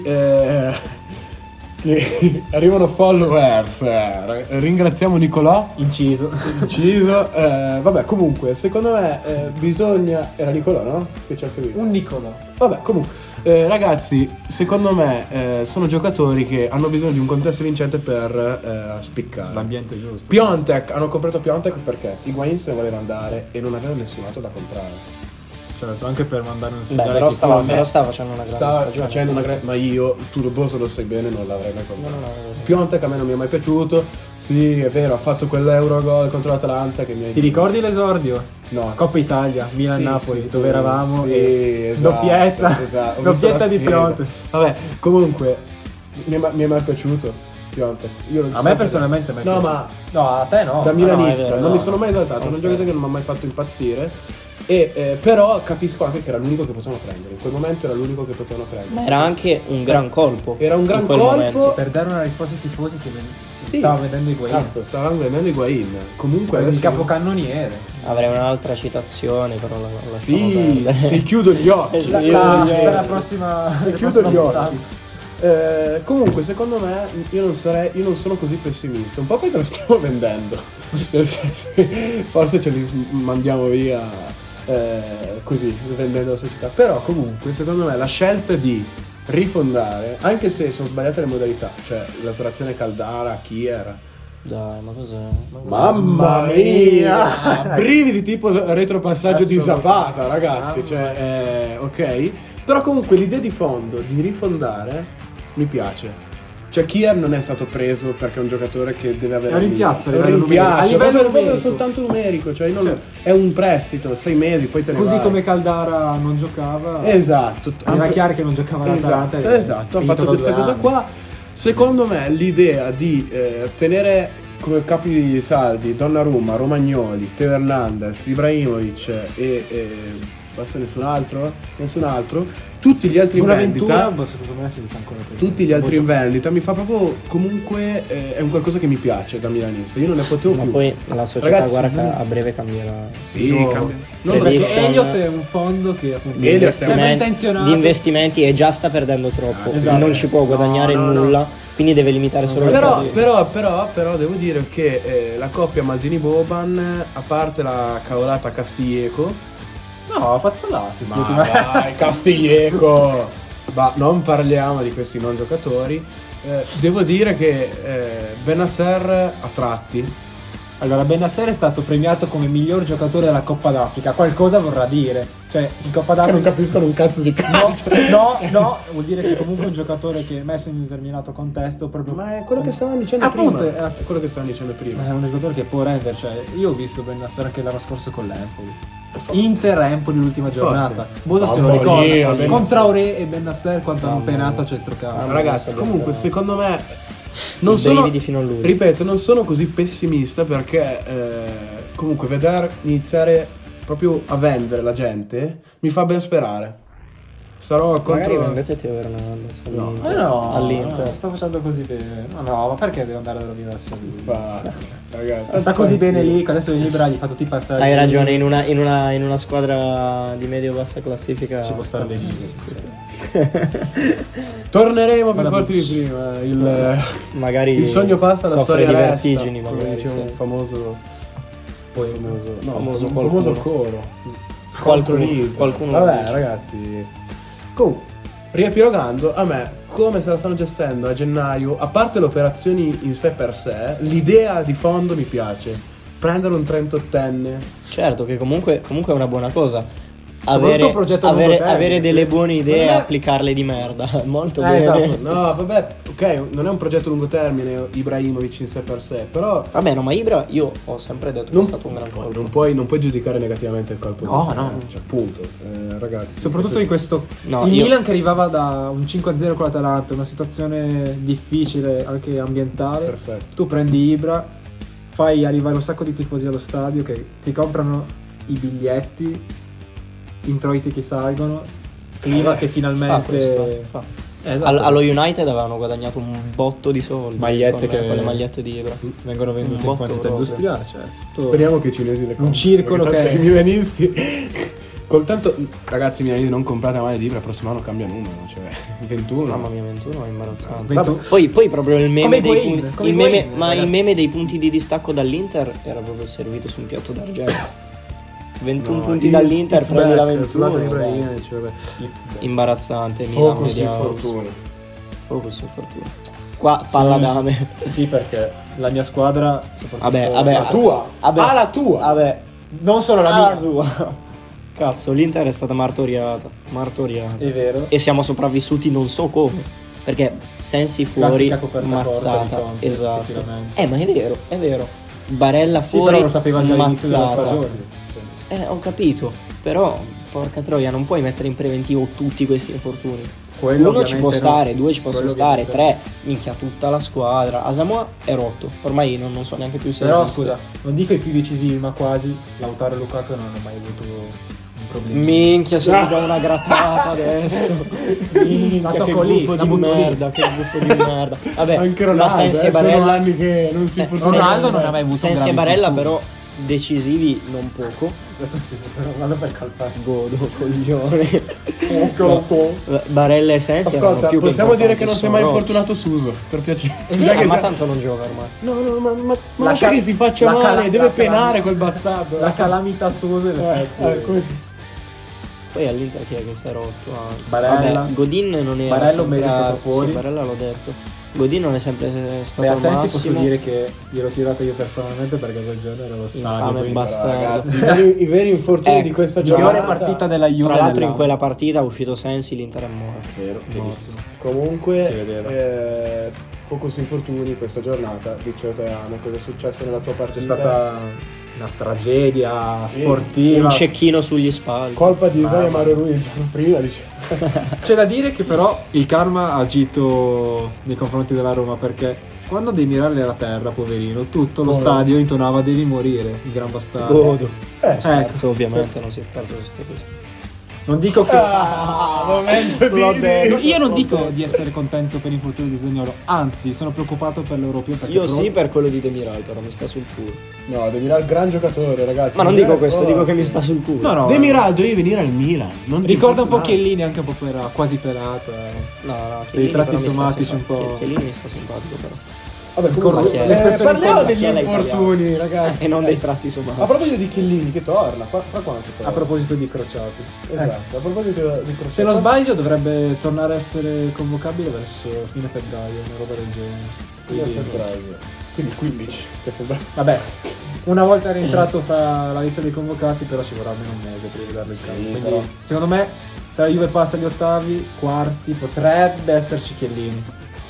arrivano followers, ringraziamo Nicolò. inciso. Inciso, vabbè, comunque, secondo me bisogna. Era Nicolò, no? Che ci ha seguito. Un Nicolò. Vabbè, comunque, ragazzi, secondo me sono giocatori che hanno bisogno di un contesto vincente per spiccare. L'ambiente giusto. Piontek, hanno comprato Piontek perché Higuain se ne voleva andare e non aveva nessun altro da comprare. Certo, anche per mandare un Beh, segnale però stava, tifoso. però stava facendo una grande Sta stagione. facendo una grande. Ma io, tu lo Boso lo sai bene, non l'avrei mai comprato. No. Piontek a me non mi è mai piaciuto. Sì, è vero, ha fatto quell'Eurogol contro l'Atalanta che mi ha. Ti ricordi l'esordio? No. Coppa Italia, Milan-Napoli, Sì, dove eravamo sì, e esatto, doppietta, esatto. Ho vinto doppietta la di scheda. Piontek. Vabbè, comunque mi è mai piaciuto Piontek. Io non A so me perché- personalmente mi è No, piaciuto. ma No, a te no. da milanista, è vero, non no. mi sono mai esaltato, è un giocatore che non mi ha mai fatto impazzire. E però capisco anche che era l'unico che potevano prendere. In quel momento era l'unico che potevano prendere. Ma era anche un gran colpo. Era un gran in quel colpo. momento. Per dare una risposta ai tifosi che Sì. stava vedendo i guai. Cazzo, stavano vendendo Higuain. Comunque Il adesso. capocannoniere. Avrei un'altra citazione, però la Sì, se chiudo gli occhi. Sì, Per io- la prossima. Se per la chiudo prossima gli puntata. occhi. Comunque secondo me io non sono così pessimista, un po' perché lo stiamo vendendo. Nel senso che forse ce li mandiamo via così, vendendo la società. Però comunque secondo me la scelta di rifondare, anche se sono sbagliate le modalità, cioè l'operazione Caldara, Kier. Dai, ma cos'è? Mamma mia! Brividi tipo retropassaggio di Assolutamente. Zapata, ragazzi. Cioè, ok. Però comunque l'idea di fondo di rifondare mi piace. Cioè, Kier non è stato preso perché è un giocatore che deve avere. È un rimpiazzo a è un livello numerico. rimpiazzo, A livello proprio numerico. soltanto numerico. Cioè, non- Certo. è un prestito, 6 mesi, poi te ne Così vai. come Caldara non giocava. Esatto. Era chiaro che non giocava l'Atalanta. Esatto, ha fatto questa cosa qua. Secondo me l'idea di tenere come capi di saldi Donnarumma, Romagnoli, Teo Hernandez, Ibrahimovic basta nessun altro, tutti gli altri in Buonaventura, vendita, secondo me si dice ancora prima. tutti gli altri in vendita mi fa proprio comunque è un qualcosa che mi piace da milanista, io non ne potevo Ma più. poi la società, Ragazzi, guarda, che a breve cambierà. sì, No. cambia. No, Cioè, perché Prediction- Elliott è un fondo che appunto Di Elliott è sembra investimenti, intenzionato. di investimenti e già sta perdendo troppo. Ah, sì. Non ci può guadagnare No, no, nulla, quindi deve limitare solo le Però, cose. però devo dire che la coppia Maldini-Boban, a parte la cavolata Castiglieco, No, ha fatto l'assist. ma dai, Castiglieco, ma non parliamo di questi non giocatori. Devo dire che Benasser a tratti. Allora, Benasser è stato premiato come miglior giocatore della Coppa d'Africa. Qualcosa vorrà dire. Cioè, in Coppa Che non d'Africa. capiscono un cazzo di No, calcio. no, vuol dire che comunque è un giocatore che messo in un determinato contesto proprio. Ma è quello che stavano dicendo Appunto, prima. è Quello che stavano dicendo prima. È un giocatore che può rendere, cioè io ho visto Benasser anche l'anno scorso con l'Empoli. Inter-Empoli l'ultima giornata. Bosa se lo Mamma ricorda. mia, Con Bennacer. Traoré e Bennasser quanto hanno Mamma penato mia. a centrocampo. Ragazzi, comunque secondo me non I sono, brividi fino a lui. ripeto, non sono così pessimista perché comunque vedere iniziare proprio a vendere la gente mi fa ben sperare. Sarò Magari contro. vendete Teo Hernandez No. all'Inter. Sta facendo così bene. No, ma perché deve andare a rovinarsi a lui? Ragazzi, Sta così bene lì, che adesso Ibra gli fa tutti i passaggi. Hai ragione, in una squadra di medio-bassa classifica Ci può stare sta- benissimo. sì, sì. torneremo più Guarda, forti di prima. Magari Il sogno passa, la soffre storia di resta. vertigini, Come magari, diceva sì. un famoso Famoso un famoso qualcuno. coro. Qualcuno, Contro l'Inter. qualcuno lo Vabbè, dice. ragazzi. Comunque, riepilogando, a me, come se la stanno gestendo a gennaio, a parte le operazioni in sé per sé, l'idea di fondo mi piace. Prendere un 38enne. Certo, che comunque è una buona cosa. Soprattutto un progetto a lungo termine, avere delle sì. buone idee e Non è- applicarle di merda. Molto bene. Esatto. No, vabbè, ok, non è un progetto a lungo termine, Ibrahimovic in sé per sé, però Vabbè, no, ma Ibra io ho sempre detto che è stato un gran colpo. non puoi giudicare negativamente il colpo No, di no. cioè, appunto, ragazzi. Soprattutto in questo. No, il io- Milan che arrivava da un 5-0 con l'Atalanta, una situazione difficile anche ambientale. Perfetto. Tu prendi Ibra, fai arrivare un sacco di tifosi allo stadio che ti comprano i biglietti, introiti che salgono, Cliva che Fa finalmente questo, fa. Esatto. Allo United avevano guadagnato un botto di soldi Magliette con le magliette di Ibra. vengono vendute Un in botto quantità proprio. industriale, certo. Speriamo che i cinesi le comprino. circolo perché che- tanto i milanisti con tanto ragazzi milanesi non comprate mai di Ibra, il prossimo anno cambia numero, cioè 21. Mamma mia, 21 è imbarazzante. 21. Poi proprio il meme Come dei Higuain, punti, come il meme, Higuain, ma il ragazzi. meme dei punti di distacco dall'Inter era proprio servito su un piatto d'argento. 21 No, punti it's- dall'Inter, it's prendi la back, 21. Zlatan vabbè. Ibrahimovic, vabbè. Imbarazzante, Milan Focus vediamo. infortuni. Focus infortuni. Qua palla dame. Sì, perché la mia squadra, soprattutto Vabbè, La tua. Vabbè, La tua. Vabbè, non solo la la mia, tua. Cazzo, l'Inter è stata martoriata. è vero. E siamo sopravvissuti non so come. Perché Sensi fuori, Classica coperta corta di mazzata. Conte, che si Esatto. lamenta. Ma è vero, è vero. Barella Sì, fuori, però lo sapeva già all'inizio della mazzata. stagione. Ho capito. Però, porca troia, non puoi mettere in preventivo tutti questi infortuni. Quello Uno ci ovviamente può no. stare, due ci possono Quello stare, ovviamente tre, minchia, tutta la squadra. Asamoah è rotto. Ormai non so neanche più se Però esiste. scusa, non dico i più decisivi, ma quasi. Lautaro e Lukaku non hanno mai avuto un problema. Minchia, se mi do una grattata adesso. Minchia, La che tocco lì, buffo la di butto lì. merda, che buffo di merda. Vabbè, Anche ma Ronaldo, Sensi e sono Barella, anni che non si Se- infortuna. Ronaldo non ha mai avuto un Sensi e grave Barella infortunio. però decisivi non poco. Adesso si può Ronaldo per colpa. Godo, coglione. Ecco. Barella e Sensi erano Ascolta, più che possiamo dire che importanti, non si è sono mai rotti. infortunato Suso, per piacere. Ma tanto non gioca ormai. No, ma La lascia ca- che si faccia la male, cala- deve la penare calamita- quel bastardo. La calamità Suso in effetti. come- Poi all'Inter chi è che si è rotto? Barella. Vabbè, Godin non è Barella un mese è stato fuori. Sì, Barella l'ho detto. Godin non è sempre stato Beh, a al Sensi posso massimo. dire che gliel'ho tirato io personalmente perché quel giorno ero allo stadio. Infame quindi- bastardo. Ragazzi, i veri infortuni Ecco, di questa Migliore giornata. partita della Juve. Tra l'altro in dell'anno. quella partita è uscito Sensi, l'Inter è morto. Vero, Benissimo. Comunque, Si vedeva. focus infortuni questa giornata. Dicevo te, Amo, cosa è successo nella tua partita? C'è stata una tragedia Sì, sportiva. Un cecchino sugli spalti. Colpa di Isaiah Mamma Mario Rui il giorno prima, dice. C'è da dire che però il karma ha agito nei confronti della Roma perché quando Demiral era a terra, poverino, tutto lo stadio intonava devi morire, il gran bastardo. Godo. Ecco, Ovviamente non si scherza su queste cose. non dico che Momento L'ho di... detto. io non dico di essere contento per l'infortunio di Zaniolo, anzi sono preoccupato per l'Europeo perché Io sì per quello di Demiral, però mi sta sul culo. No, Demiral gran giocatore, ragazzi. Ma non Demiral dico è questo, forte. dico che mi sta sul culo. No, no. Demiral dovevi venire al Milan. Non ti ricorda un po' infortunare. Chiellini anche un po' quasi pelato. No, Dei tratti però mi sta somatici un simpatico. po'. Chiellini mi sta simpatico però. Vabbè, Con comunque, Chiellini. l'espressione parliamo con- degli Chiellini è infortuni, ragazzi. E non dei tratti somatici. A proposito di Chiellini che torna, fra quanto torna? A proposito di crociati. Esatto, a proposito di Crociati. Se non sbaglio dovrebbe tornare a essere convocabile verso fine febbraio, una roba del genere. Fine Quindi- febbraio. Quindi 15 di febbraio. Vabbè, una volta rientrato fra la lista dei convocati, però ci vorrà almeno un mese per rivederlo in campo. Quindi, però- secondo me, se la Juve passa agli ottavi, quarti, potrebbe esserci Chiellini.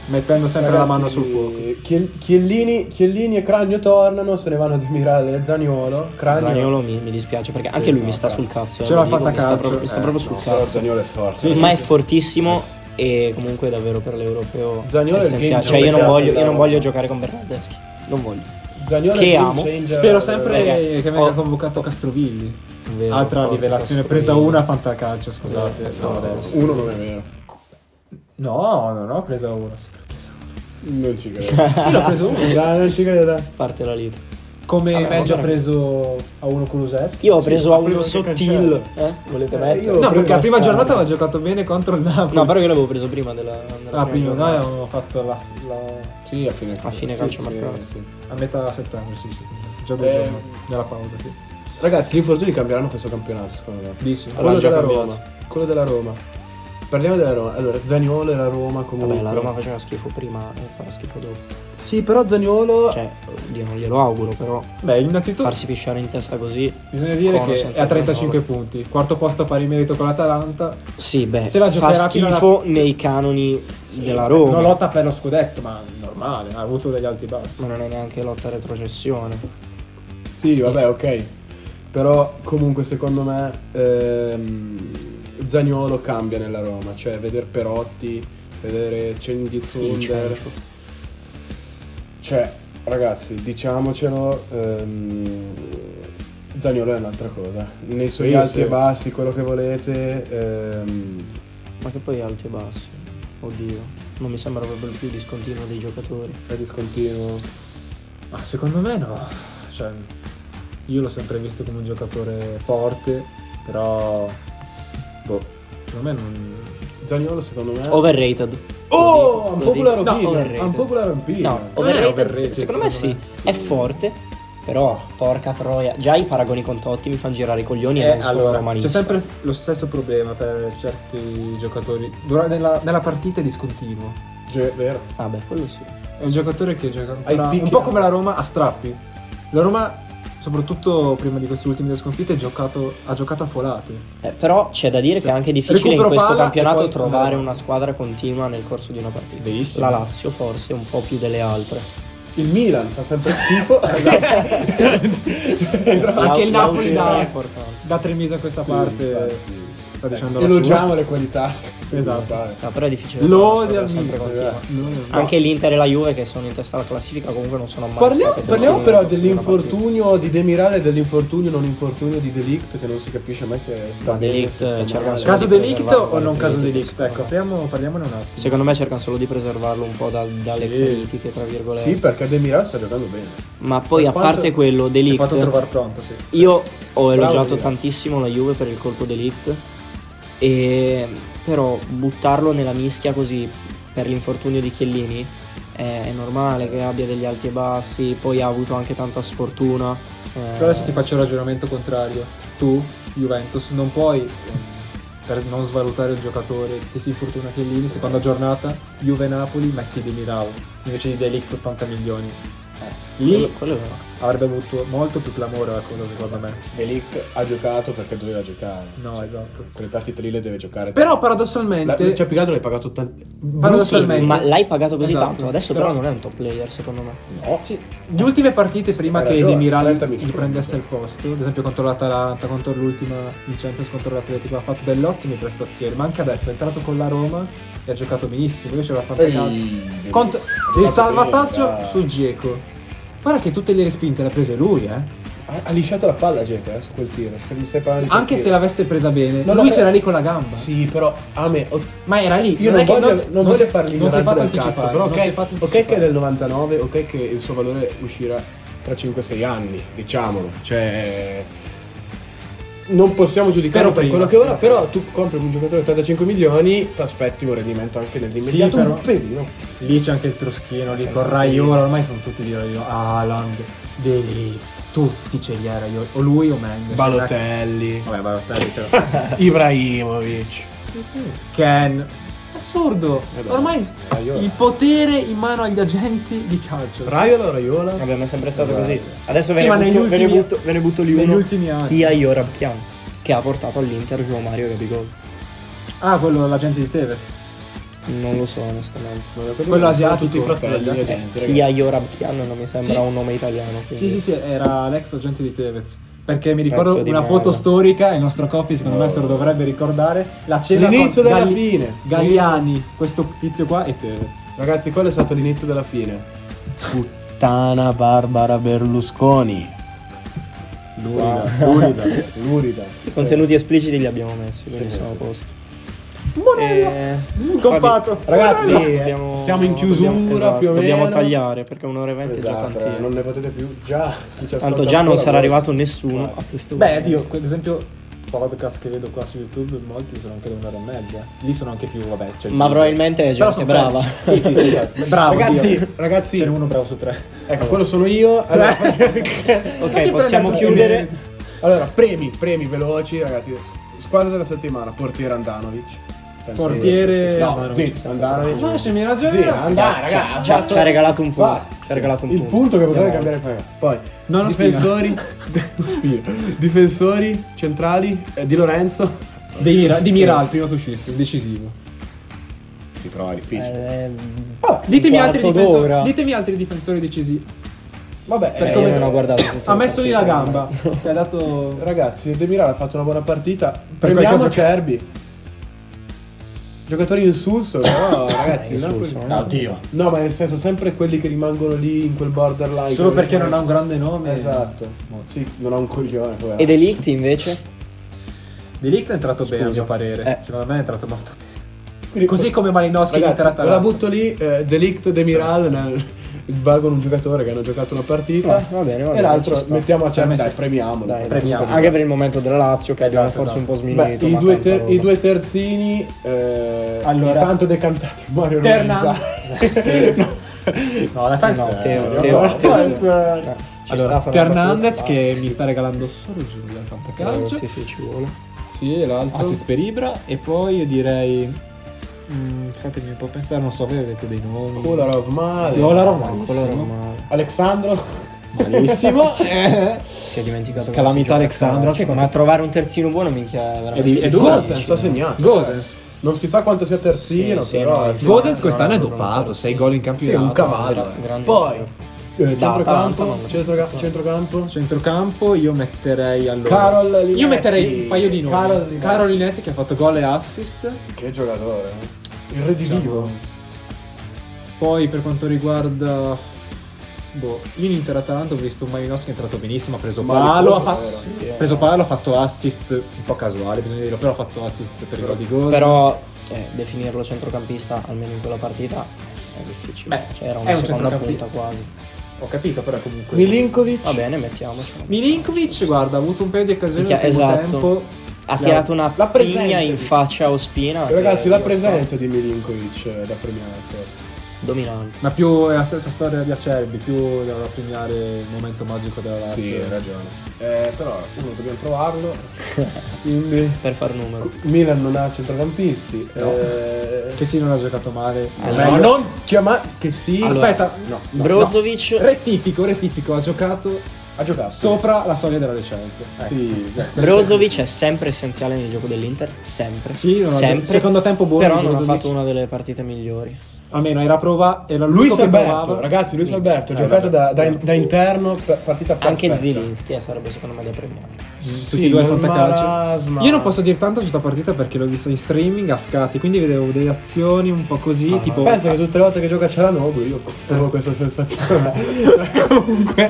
mettendo sempre la mano sul fuoco. Chiellini e Cragno tornano, se ne vanno ad ammirare Zaniolo. Zaniolo mi dispiace perché anche lui mi sta sul cazzo. Ce l'ha lo dico, fatta mi sta calcio. proprio, mi sta proprio sul Però cazzo. Zaniolo è forte. Sì, Ma sì, è sì. fortissimo e comunque davvero per l'europeo Zaniolo è il essenziale. game Cioè io changer non voglio della- giocare con Bernardeschi. Non voglio. Zaniolo Che è il game amo. changer. Spero sempre Raga, che venga convocato Castrovilli. Vero, Altra forte rivelazione, Castrovilli. presa una a fantacalcio, scusate. No, adesso. Uno non è vero. No, non ho presa uno. Non ci credo. Sì, l'ho preso uno. Dai, non ci credo. Parte la lite. Come Vabbè, Meggia ha vabbè. preso a uno Kulusevski. Io ho preso a prima uno che Sottil. Cancelo. Volete io- mettere? No, perché la prima bastardo. giornata aveva giocato bene contro il Napoli. No, però io l'avevo preso prima della Ah, prima noi giornata. avevamo fatto Sì, a fine calciomercato. sì. a metà settembre, sì. Già due giorni, nella pausa, sì. Ragazzi, gli infortuni cambieranno questo campionato, secondo me. Dici? Quello già della cambiato. Roma. Quello della Roma. Parliamo della Roma. Allora, Zaniolo e la Roma comunque. Vabbè, la Roma faceva schifo prima e farà schifo dopo. Sì, però Zaniolo. Cioè, Dio non glielo auguro, però Beh, innanzitutto farsi pisciare in testa così. bisogna dire con o che senza è a 35 Zaniolo. punti, quarto posto a pari merito con l'Atalanta. Sì, beh, Se la fa giocherà fino schifo alla- nei canoni della Roma. Non lotta per lo scudetto, ma normale, ha avuto degli alti e bassi. Ma non è neanche lotta a retrocessione. Sì, vabbè, ok. Però comunque secondo me Zaniolo cambia nella Roma. Cioè, vedere Perotti, vedere Cengiz Il Under. Cencio. Cioè, ragazzi, diciamocelo, Zaniolo è un'altra cosa. Nei suoi Sì, alti sì. e bassi, quello che volete. Ma che poi alti e bassi. Oddio, non mi sembra proprio il più discontinuo dei giocatori. È discontinuo. Ma secondo me no. Cioè, io l'ho sempre visto come un giocatore forte, però boh, secondo me non. Zaniolo secondo me. Overrated. Oh, Lo unpopular dico. No, opinion. overrated. Unpopular opinion. No, Non è overrated, overrated, secondo me sì, secondo me. è forte, però porca troia, già i paragoni con Totti mi fanno girare i coglioni e non sono Allora, c'è romanista. sempre lo stesso problema per certi giocatori. Nella partita è discontinuo. Vero. Ah beh, quello sì. È un giocatore che gioca Ai ancora, picchi- un po' come la Roma a strappi. La Roma, soprattutto prima di queste ultime due sconfitte, ha giocato a folate. Però c'è da dire che è anche difficile in Recupero questo palla campionato e poi trovare andare una squadra continua nel corso di una partita. Verissimo. La Lazio forse un po' più delle altre. Il Milan fa sempre schifo. Anche il Napoli L'auto è da importante. 3 mesi a questa Sì, parte infatti. sta Ecco, dicendo la elogiamo sua. le qualità. Esatto. No, però è difficile. Lode trovare una al squadra sempre Milan. continua. Anche l'Inter e la Juve che sono in testa alla classifica comunque non sono mai Parliamo state però continue nel corso di una dell'infortunio di Demiral e dell'infortunio non infortunio di Delict, che non si capisce mai se sta Ma bene, Delict se sta cerca male. solo Caso di delict preservarlo o non dalle caso critiche, delict? secondo Ecco, me. parliamone un attimo. Secondo me cercano solo di preservarlo un po' dalle Sì. critiche, tra virgolette. Sì, perché Demiral sta giocando bene. Ma poi Per a quanto parte quello, si è fatto Delict, trovare pronto, sì. io ho elogiato Delict. tantissimo la Juve per il colpo Delict, e però buttarlo nella mischia così per l'infortunio di Chiellini è normale che abbia degli alti e bassi, poi ha avuto anche tanta sfortuna. Però adesso ti faccio il ragionamento contrario. Tu, Juventus, non puoi, per non svalutare il giocatore, ti si infortuna Chiellini, seconda giornata, Juve-Napoli, metti Demiral invece di Delict 80 milioni. Lì Quello è vero. avrebbe avuto molto più clamore quello, secondo me. Delict ha giocato perché doveva giocare. No, esatto. Quelle partite lì le deve giocare. Però paradossalmente, Cioè, più che altro l'hai pagato paradossalmente, Ma l'hai pagato così Esatto. tanto, adesso però non è un top player secondo me. No. sì, le ultime partite prima hai che ragione, Demiral 30 gli milioni. prendesse il posto, ad esempio contro l'Atalanta, contro l'ultima in Champions contro l'Atletico, ha fatto delle ottime prestazioni, ma anche adesso è entrato con la Roma e ha giocato benissimo. Io ce l'ho fatta contro il salvataggio su Dzeko. Guarda che tutte le respinte le ha prese lui, Ha lisciato la palla Dzeko su quel tiro. Stai parlando di quel Anche tiro. se l'avesse presa bene, No, lui no, c'era lì con la gamba. Sì, però a me Ma era lì. io non voglio fargli non si è fatto del cazzo, anticipare, però non si è ok, fatto ok che è anticipare. del 99, ok che il suo valore uscirà tra 5-6 anni, diciamolo. Cioè non possiamo giudicare Spero per prima, quello che ora, spero però tu compri un giocatore da 35 milioni, ti aspetti un rendimento anche nell'immediato, Sì, però- un pelino. Lì c'è anche il Troschino, lì Senza con Raiola, ormai sono tutti di Raiola. Haaland, Delict, tutti ce li era io. O lui o Mendes. Balotelli, Vabbè, Balotelli c'era. Ibrahimovic. Ken. Assurdo. beh, Ormai Raiola. il potere in mano agli agenti di calcio. Raiola? Vabbè, ma è sempre stato Esatto. così. Adesso Sì, ma negli ultimi- ve ne butto lì negli uno. ultimi anni. Kia Yorabchian, che ha portato all'Inter João Mario Gabigol. Ah, quello l'agente di Tevez. Non lo so onestamente. Quello asiatico. Tutti i fratelli. Quello Tia Yorabchian non mi sembra Sì. un nome italiano. Quindi. Sì, era l'ex agente di Tevez. Perché mi ricordo Pezzo di una merda. foto storica, il nostro coffee secondo me se lo dovrebbe ricordare. La cena L'inizio con della fine. Galliani, questo tizio qua e Tevez. Ragazzi, quello è stato l'inizio della fine. Puttana Barbara Berlusconi. Lurida. I contenuti espliciti li abbiamo messi, quindi Sì, siamo sì. a posto. Compato. Ragazzi, Dobbiamo- siamo in chiusura esatto, più o meno. Dobbiamo tagliare perché un'ora e 20 è già Esatto, tantino. non ne potete più. Già, chi ci ascolta Tanto a già non scuola sarà voi. arrivato nessuno a questo Beh, momento. Dio, ad esempio podcast che vedo qua su YouTube, molti sono anche le 1 ora e mezza. Lì sono anche più, vabbè, c'è il Ma video. probabilmente è Però gente sono brava. fermi. Sì, esatto. Bravo, Dio. Ragazzi, Ce n'è uno bravo su 3. ecco, quello sono io. Allora, Ok, possiamo chiudere. allora, premi veloci, ragazzi. Squadra della settimana, portiere Andanovic. Senza Portiere no, Andanovic. sì, Andanovic. Ma se mi ragioni. Sì, andare, ragazzi. Ci ha regalato un punto. Infatti, Ci ha regalato un il punto. punto che potrebbe Andiamo cambiare poi. Non lo Difensori, difensori centrali Di Lorenzo. Di Miral, prima che uscisse, decisivo. Si prova difficile. Ditemi un altri, quarto d'ora. ditemi altri difensori decisivi. Vabbè, Per Io come- non ho guardato tutto. Ha messo lì la gamba. Che ha dato. ragazzi, De Miral ha fatto una buona partita. Per Premiamo quel che ha Cerbi. Giocatori insulso, però ragazzi, il insulso, Napoli- no? Oddio. No, ma nel senso sempre quelli che rimangono lì in quel borderline. Solo perché non ha un grande nome. Esatto. Sì, non ha un coglione. poveraccio. E Delict invece? De Ligt è entrato bene a Scusa. mio parere. Secondo me è entrato molto bene. Quindi, Così come Malinowski ragazzi, in Atalanta. la butto lì, Delict, De Miral valgono un giocatore che hanno giocato una partita. Va bene, e l'altro ci sta. mettiamo a Per me Cerbi, dai, sì. premiamolo. Dai, Premiamo. anche per il momento della Lazio che abbiamo Esatto, forse un po' Beh, sminuito. i ma due, tanta roba. i due terzini Allora, tanto decantati Mario Ternan. Luisa. No, dai, fai No, serio. Teo. No, fai serio. Ci Allora, sta a fare Teo una Hernandez battuta. che mi sta regalando solo Giulia al fantacalcio. Sì, sì, ci vuole. Sì, e l'altro. Assist per Ibra. E poi io direi. Fatemi un po' pensare, non so, voi avete dei nomi. Kolarov male. Kolarov Quello malissimo. male. Alexandro. Malissimo. Si è dimenticato che Calamità si gioca a Alexandro. calcio. Ma trovare un terzino buono minchia è veramente È difficile. Gosens ha segnato. Gosens. Non si sa quanto sia terzino, Sì, però. no, sì. Gosens no, quest'anno è no, dopato, no, 6 sì. gol in Sì, è campionato. un cavallo. grande Poi Atalanta centrocampo, non lo so. centrocampo. Centrocampo io metterei allora. Carol Linetti. Io metterei un paio di nomi. Carol Linetti. Carol Linetti che ha fatto gol e assist. Che giocatore. Il re di vivo. Poi per quanto riguarda io in Inter Atalanta ho visto Malinowski che è entrato benissimo, ha preso palo, ha preso palo, ha fatto assist un po' casuale, bisogna dirlo, però ha fatto assist per il gol di gol. Però definirlo centrocampista almeno in quella partita è difficile. Beh, Cioè, era è una un seconda centrocampista. punta quasi. Ho capito, però comunque Milinkovic. Va bene, mettiamocelo. Milinkovic, guarda, ha avuto un paio di occasioni Minchia, nel primo esatto. tempo. Ha tirato una la presenza pigna in di- faccia a Ospina. Ragazzi, che la io- presenza di Milinkovic è da premiare forse. dominante. Ma più è la stessa storia di Acerbi, più da premiare il momento magico della Lazio. Sì, hai ragione. Però uno dobbiamo trovarlo. Quindi Per far numero. Milan non ha centrocampisti. No. Che sì, non ha giocato male. Allora, No, non chiamare che sì. Allora, Aspetta, no. Brozovic. Rettifico, ha giocato Ha giocato. sopra la soglia della decenza. Ecco. Sì. Brozovic è sempre essenziale nel gioco dell'Inter. Sempre. Sì, non ha sempre. giocato- secondo tempo buono Però di non ha Brozovic. fatto una delle partite migliori. Almeno era prova, era Luis l'unico che Alberto, provava. ragazzi, Luis Minchia. Alberto, giocato da interno, partita perfetta. Anche Zilinski sarebbe secondo me da premiare. Tutti e due al nel fantacalcio. marasma. Io non posso dire tanto su questa partita perché l'ho vista in streaming a scatti, quindi vedevo delle azioni un po' così, tipo Penso che tutte le volte che gioca Cialanoglu io provo questa sensazione. Comunque,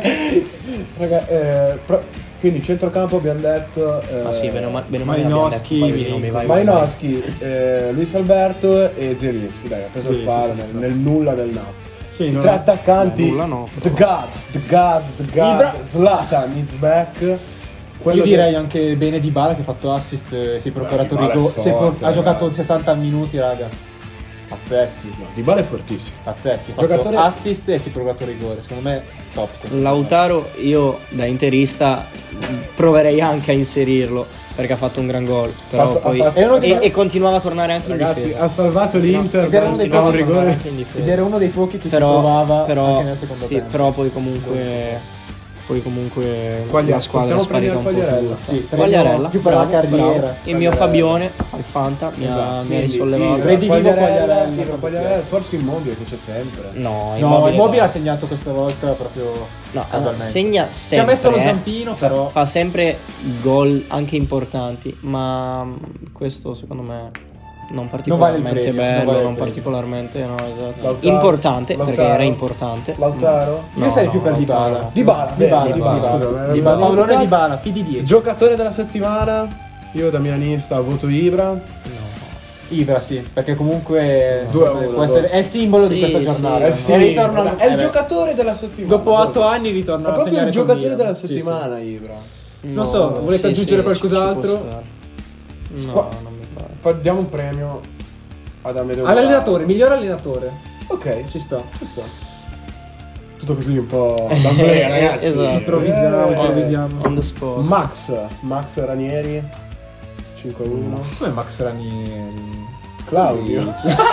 quindi centrocampo abbiamo detto Ma sì, bene o male Malinowski, abbiamo detto un paio di nomi, vai, vai, Malinowski, Luis Alberto e Zielinski, dai, ha preso Sì, il palo sì, nel nulla del Napoli. Sì, I non tre ho- attaccanti, nulla no, the però. God, Ibra. Zlatan is back. Quello Io che- direi anche bene Dybala che ha fatto assist, si è procurato Dybala è rigore, forte, ha giocato ragazzi. 60 minuti, raga. Pazzeschi, Dybala è fortissimo. pazzeschi, ha fatto Giocatore- assist e si è procurato rigore, secondo me top questo. Lautaro, io da interista proverei anche a inserirlo perché ha fatto un gran gol. Però Fatto- poi. ha fatto- È uno che- E continuava a tornare anche in Ragazzi, difesa. ha salvato l'Inter ed era uno dei da un pochi- rigore. Anche in difesa. Ed era uno dei pochi che ci però, provava però, anche nel secondo sì, tempo. però poi comunque poi comunque Quaglia- la squadra è possiamo sparita un po' prendere Quagliarella? tutta. Sì, Quagliarella, più per la bravo, carriera. bravo. Il mio Fabione al Fanta mi ha risollevato. Redivivo Quagliarella, Quagliarella, forse Immobile che c'è sempre. No, No, Immobile dai. ha segnato questa volta proprio No, casualmente. segna Ci sempre. ha messo lo zampino, però. Fa sempre gol anche importanti, ma questo secondo me non particolarmente premio, non bello, vale il non premio. particolarmente, no, esatto. Lautaro. Importante, perché Lautaro. era importante. Lautaro? Io sarei più per Lautaro Dybala. no. Dybala, Dybala, scusa, Dybala. Paolone Dybala, PD10. Giocatore della settimana? Io da milanista voto Ibra. Ibra sì, perché comunque 2-1, può essere, è il simbolo di Sì, questa sì. giornata. Sì, E ritorna- è il beh, giocatore della settimana. dopo 8 anni ritorna È a proprio segnare il col giocatore Milan. della Sì, settimana, Ibra. Non so, volete aggiungere qualcos'altro? ci può stare. No, Squa- non mi pare. Diamo un premio ad Amedeo. All'allenatore, miglior allenatore. Ok, Ci sta. ci sta. Tutto così un po' d'amore, ragazzi. Esatto. Improvvisiamo. On the spot. Max Ranieri 5-1. Come Max Ranieri? Claudio.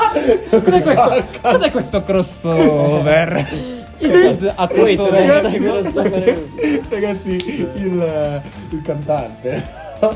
Cos'è questo crossover? A questo Ragazzi, ragazzi, il cantante.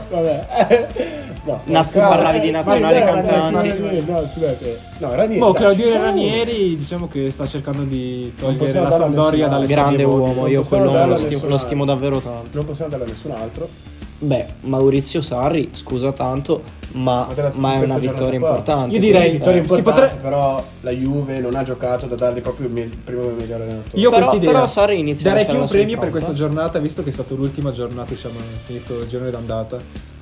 Vabbè. No, Parlavi di nazionali cantanti. No, scusate. No, Ranieri. Boh, dai, Claudio 5-1. Ranieri diciamo che sta cercando di Non togliere possiamo la darlo a Sampdoria nessuno. dalle Grande sabbie uomo, mobili. io possiamo quell'uomo darlo a nessun lo stimo altro. davvero tanto. Non possiamo darlo a nessun altro. Beh, Maurizio Sarri, scusa tanto, ma è una questa vittoria giornata qua. importante. Io sì, direi sì, Vittoria si importante, potrebbe- però la Juve non ha giocato da dargli proprio il primo e migliore allenatore. Io ho Però- quest'idea. però Sarri inizia a darei più lasciare un la sua premio per impronta. questa giornata, visto che è stata l'ultima giornata, diciamo, finito il girone d'andata.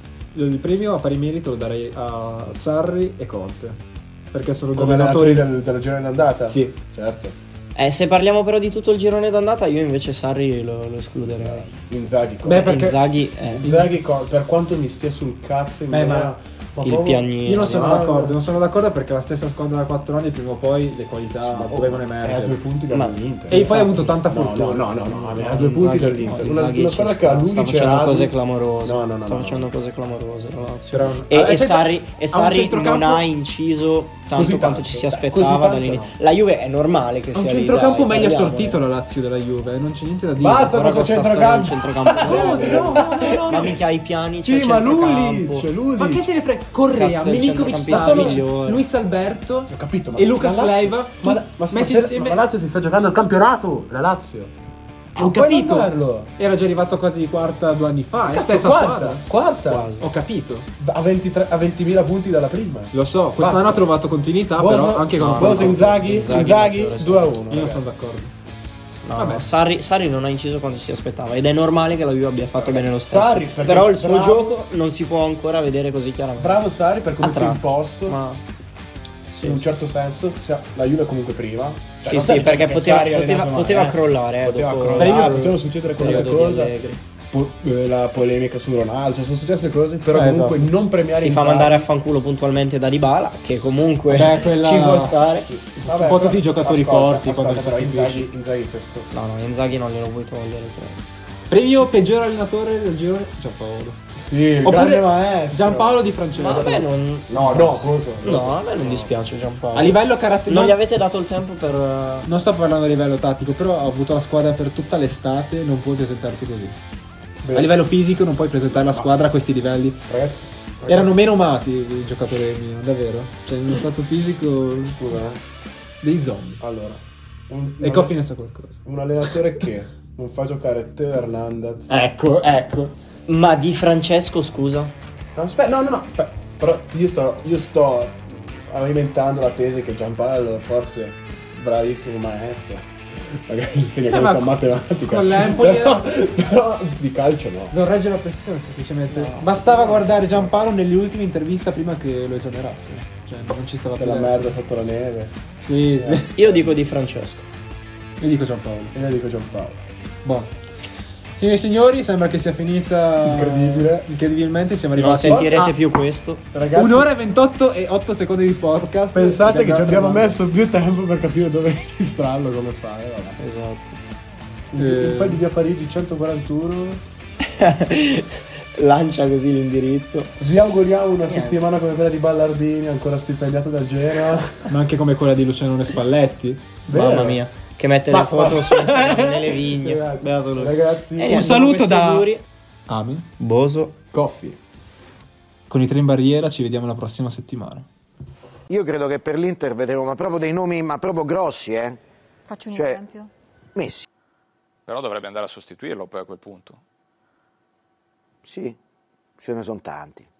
Il premio a pari merito lo darei a Sarri e Conte. Perché sono due come allenatori allenatori. della girone d'andata? Sì. Certo. Se parliamo però di tutto il girone d'andata, io invece Sarri lo escluderei. Inzaghi. Beh, perché- Inzaghi Inzaghi, per quanto mi stia sul cazzo in Beh, maniera- il proprio- piagnino. Io non sono No, d'accordo, no. non sono d'accordo perché la stessa squadra da 4 anni prima o poi le qualità Ma dovevano È a emergere. 2 punti Ma- dall'Inter. E poi ha avuto tanta No, fortuna. No, a 2 punti dall'Inter. Inzaghi Una ci squadra che sta, ha lui sta facendo Cerado. cose clamorose. No. Sta facendo cose clamorose, Lazio. Però- E Ah, Sarri, ha e un Sarri centrocampo- non ha inciso tanto Così quanto tanto. ci si Dai, aspettava così tanto dall'inizio. no. La Juve è normale che Ha sia un lì, centrocampo dai, meglio parliamone. assortito la Lazio della Juve, non c'è niente da dire. Basta Però con sto questa storia del centrocampo. centrocampo. Ma minchia i piani, c'è Sì, il ma centrocampo. Lulic. Ma che se ne frega? Correa, Cazzo, il Milinkovic centrocampista Savic, migliore. Luis Alberto Ho capito, ma e Lucas la Lazio- Leiva, Ma messi insieme. la Lazio si sta giocando il campionato. La Lazio. Ho Non puoi capito. non darlo. Era già arrivato quasi quarta 2 anni fa. È Cazzo, stessa quarta. squadra. Quarta. Quasi. Ho capito. A 20.000 punti dalla prima. Lo so, quest'anno Basta. ha trovato continuità, Boso- però anche con no, un po' di Boso Inzaghi Inzaghi maggiore, 2-1. Io non sono d'accordo. No, Vabbè. no, Sarri non ha inciso quanto si aspettava ed è normale che la Juve abbia fatto bene lo stesso. Sarri, perché però il suo bravo- gioco non si può ancora vedere così chiaramente. Bravo Sarri per come A si è tratti, imposto. ma sì, In un certo senso, la Juve è comunque prima. sì, sì, perché poteva crollare. Poteva dopo crollare, il poteva succedere qualche periodo di cosa. Allegri. La polemica su Ronaldo, cioè sono successe cose, però comunque esatto. non premiare Si fa Inzaghi. mandare a fanculo puntualmente da Dybala, che comunque Beh, quella- ci può stare. Vabbè, Un po' però- tutti i giocatori forti quando però li Inzaghi questo. No, Inzaghi non glielo puoi togliere. Premio peggior allenatore del girone Giampaolo. Sì, il Oppure grande maestro. Giampaolo di Ma Francesco. a me non. No, cosa? No, a me non dispiace Giampaolo. A livello Non caratteriale. gli avete dato il tempo per. Non sto parlando a livello tattico, però ha avuto la squadra per tutta l'estate, non puoi presentarti così. Beh, A livello fisico non puoi presentare la squadra a questi livelli. ragazzi, Erano meno amati i giocatori del Milan, davvero. Cioè, nello stato fisico scusa, dei zombie. allora, E Coffi ne sa qualcosa. un allenatore che non fa giocare Teo Hernandez. Ecco. Ma di Francesco, scusa. No, aspetta, no. Però io sto alimentando la tesi che Giampaolo forse è bravissimo maestro. Magari insegna ma qualcosa matematica. con l'Empoli però di calcio no. Non regge la pressione semplicemente. Bastava guardare Giampaolo nelle ultime interviste prima che lo esonerassero. Cioè, non ci stava C'è la più merda sotto la neve. Sì. Io dico di Francesco. Io dico Giampaolo. E io dico Giampaolo. Buono. Signori e signori, sembra che sia finita Incredibile. Incredibilmente siamo Non arrivati sentirete a più questo. Ragazzi, 1 ora e 28 e 8 secondi di podcast. pensate che ci abbiamo messo messo più tempo per capire dove registrarlo, come fare. Vabbè. Esatto. Un po' di via Parigi 141. Lancia così l'indirizzo. Vi auguriamo una settimana come quella di Ballardini, ancora stipendiato dal Genoa. Ma anche come quella di Luciano Spalletti. Vero. Mamma mia. che mette le foto su Instagram nelle vigne. Beato lui. Ragazzi, Un saluto da Ami. Boso. Coffee. Con i tre in barriera ci vediamo la prossima settimana. Io credo che per l'Inter vedremo ma proprio dei nomi ma proprio grossi, eh. Faccio un esempio. Messi. Però dovrebbe andare a sostituirlo poi a quel punto. Sì, ce ne sono tanti.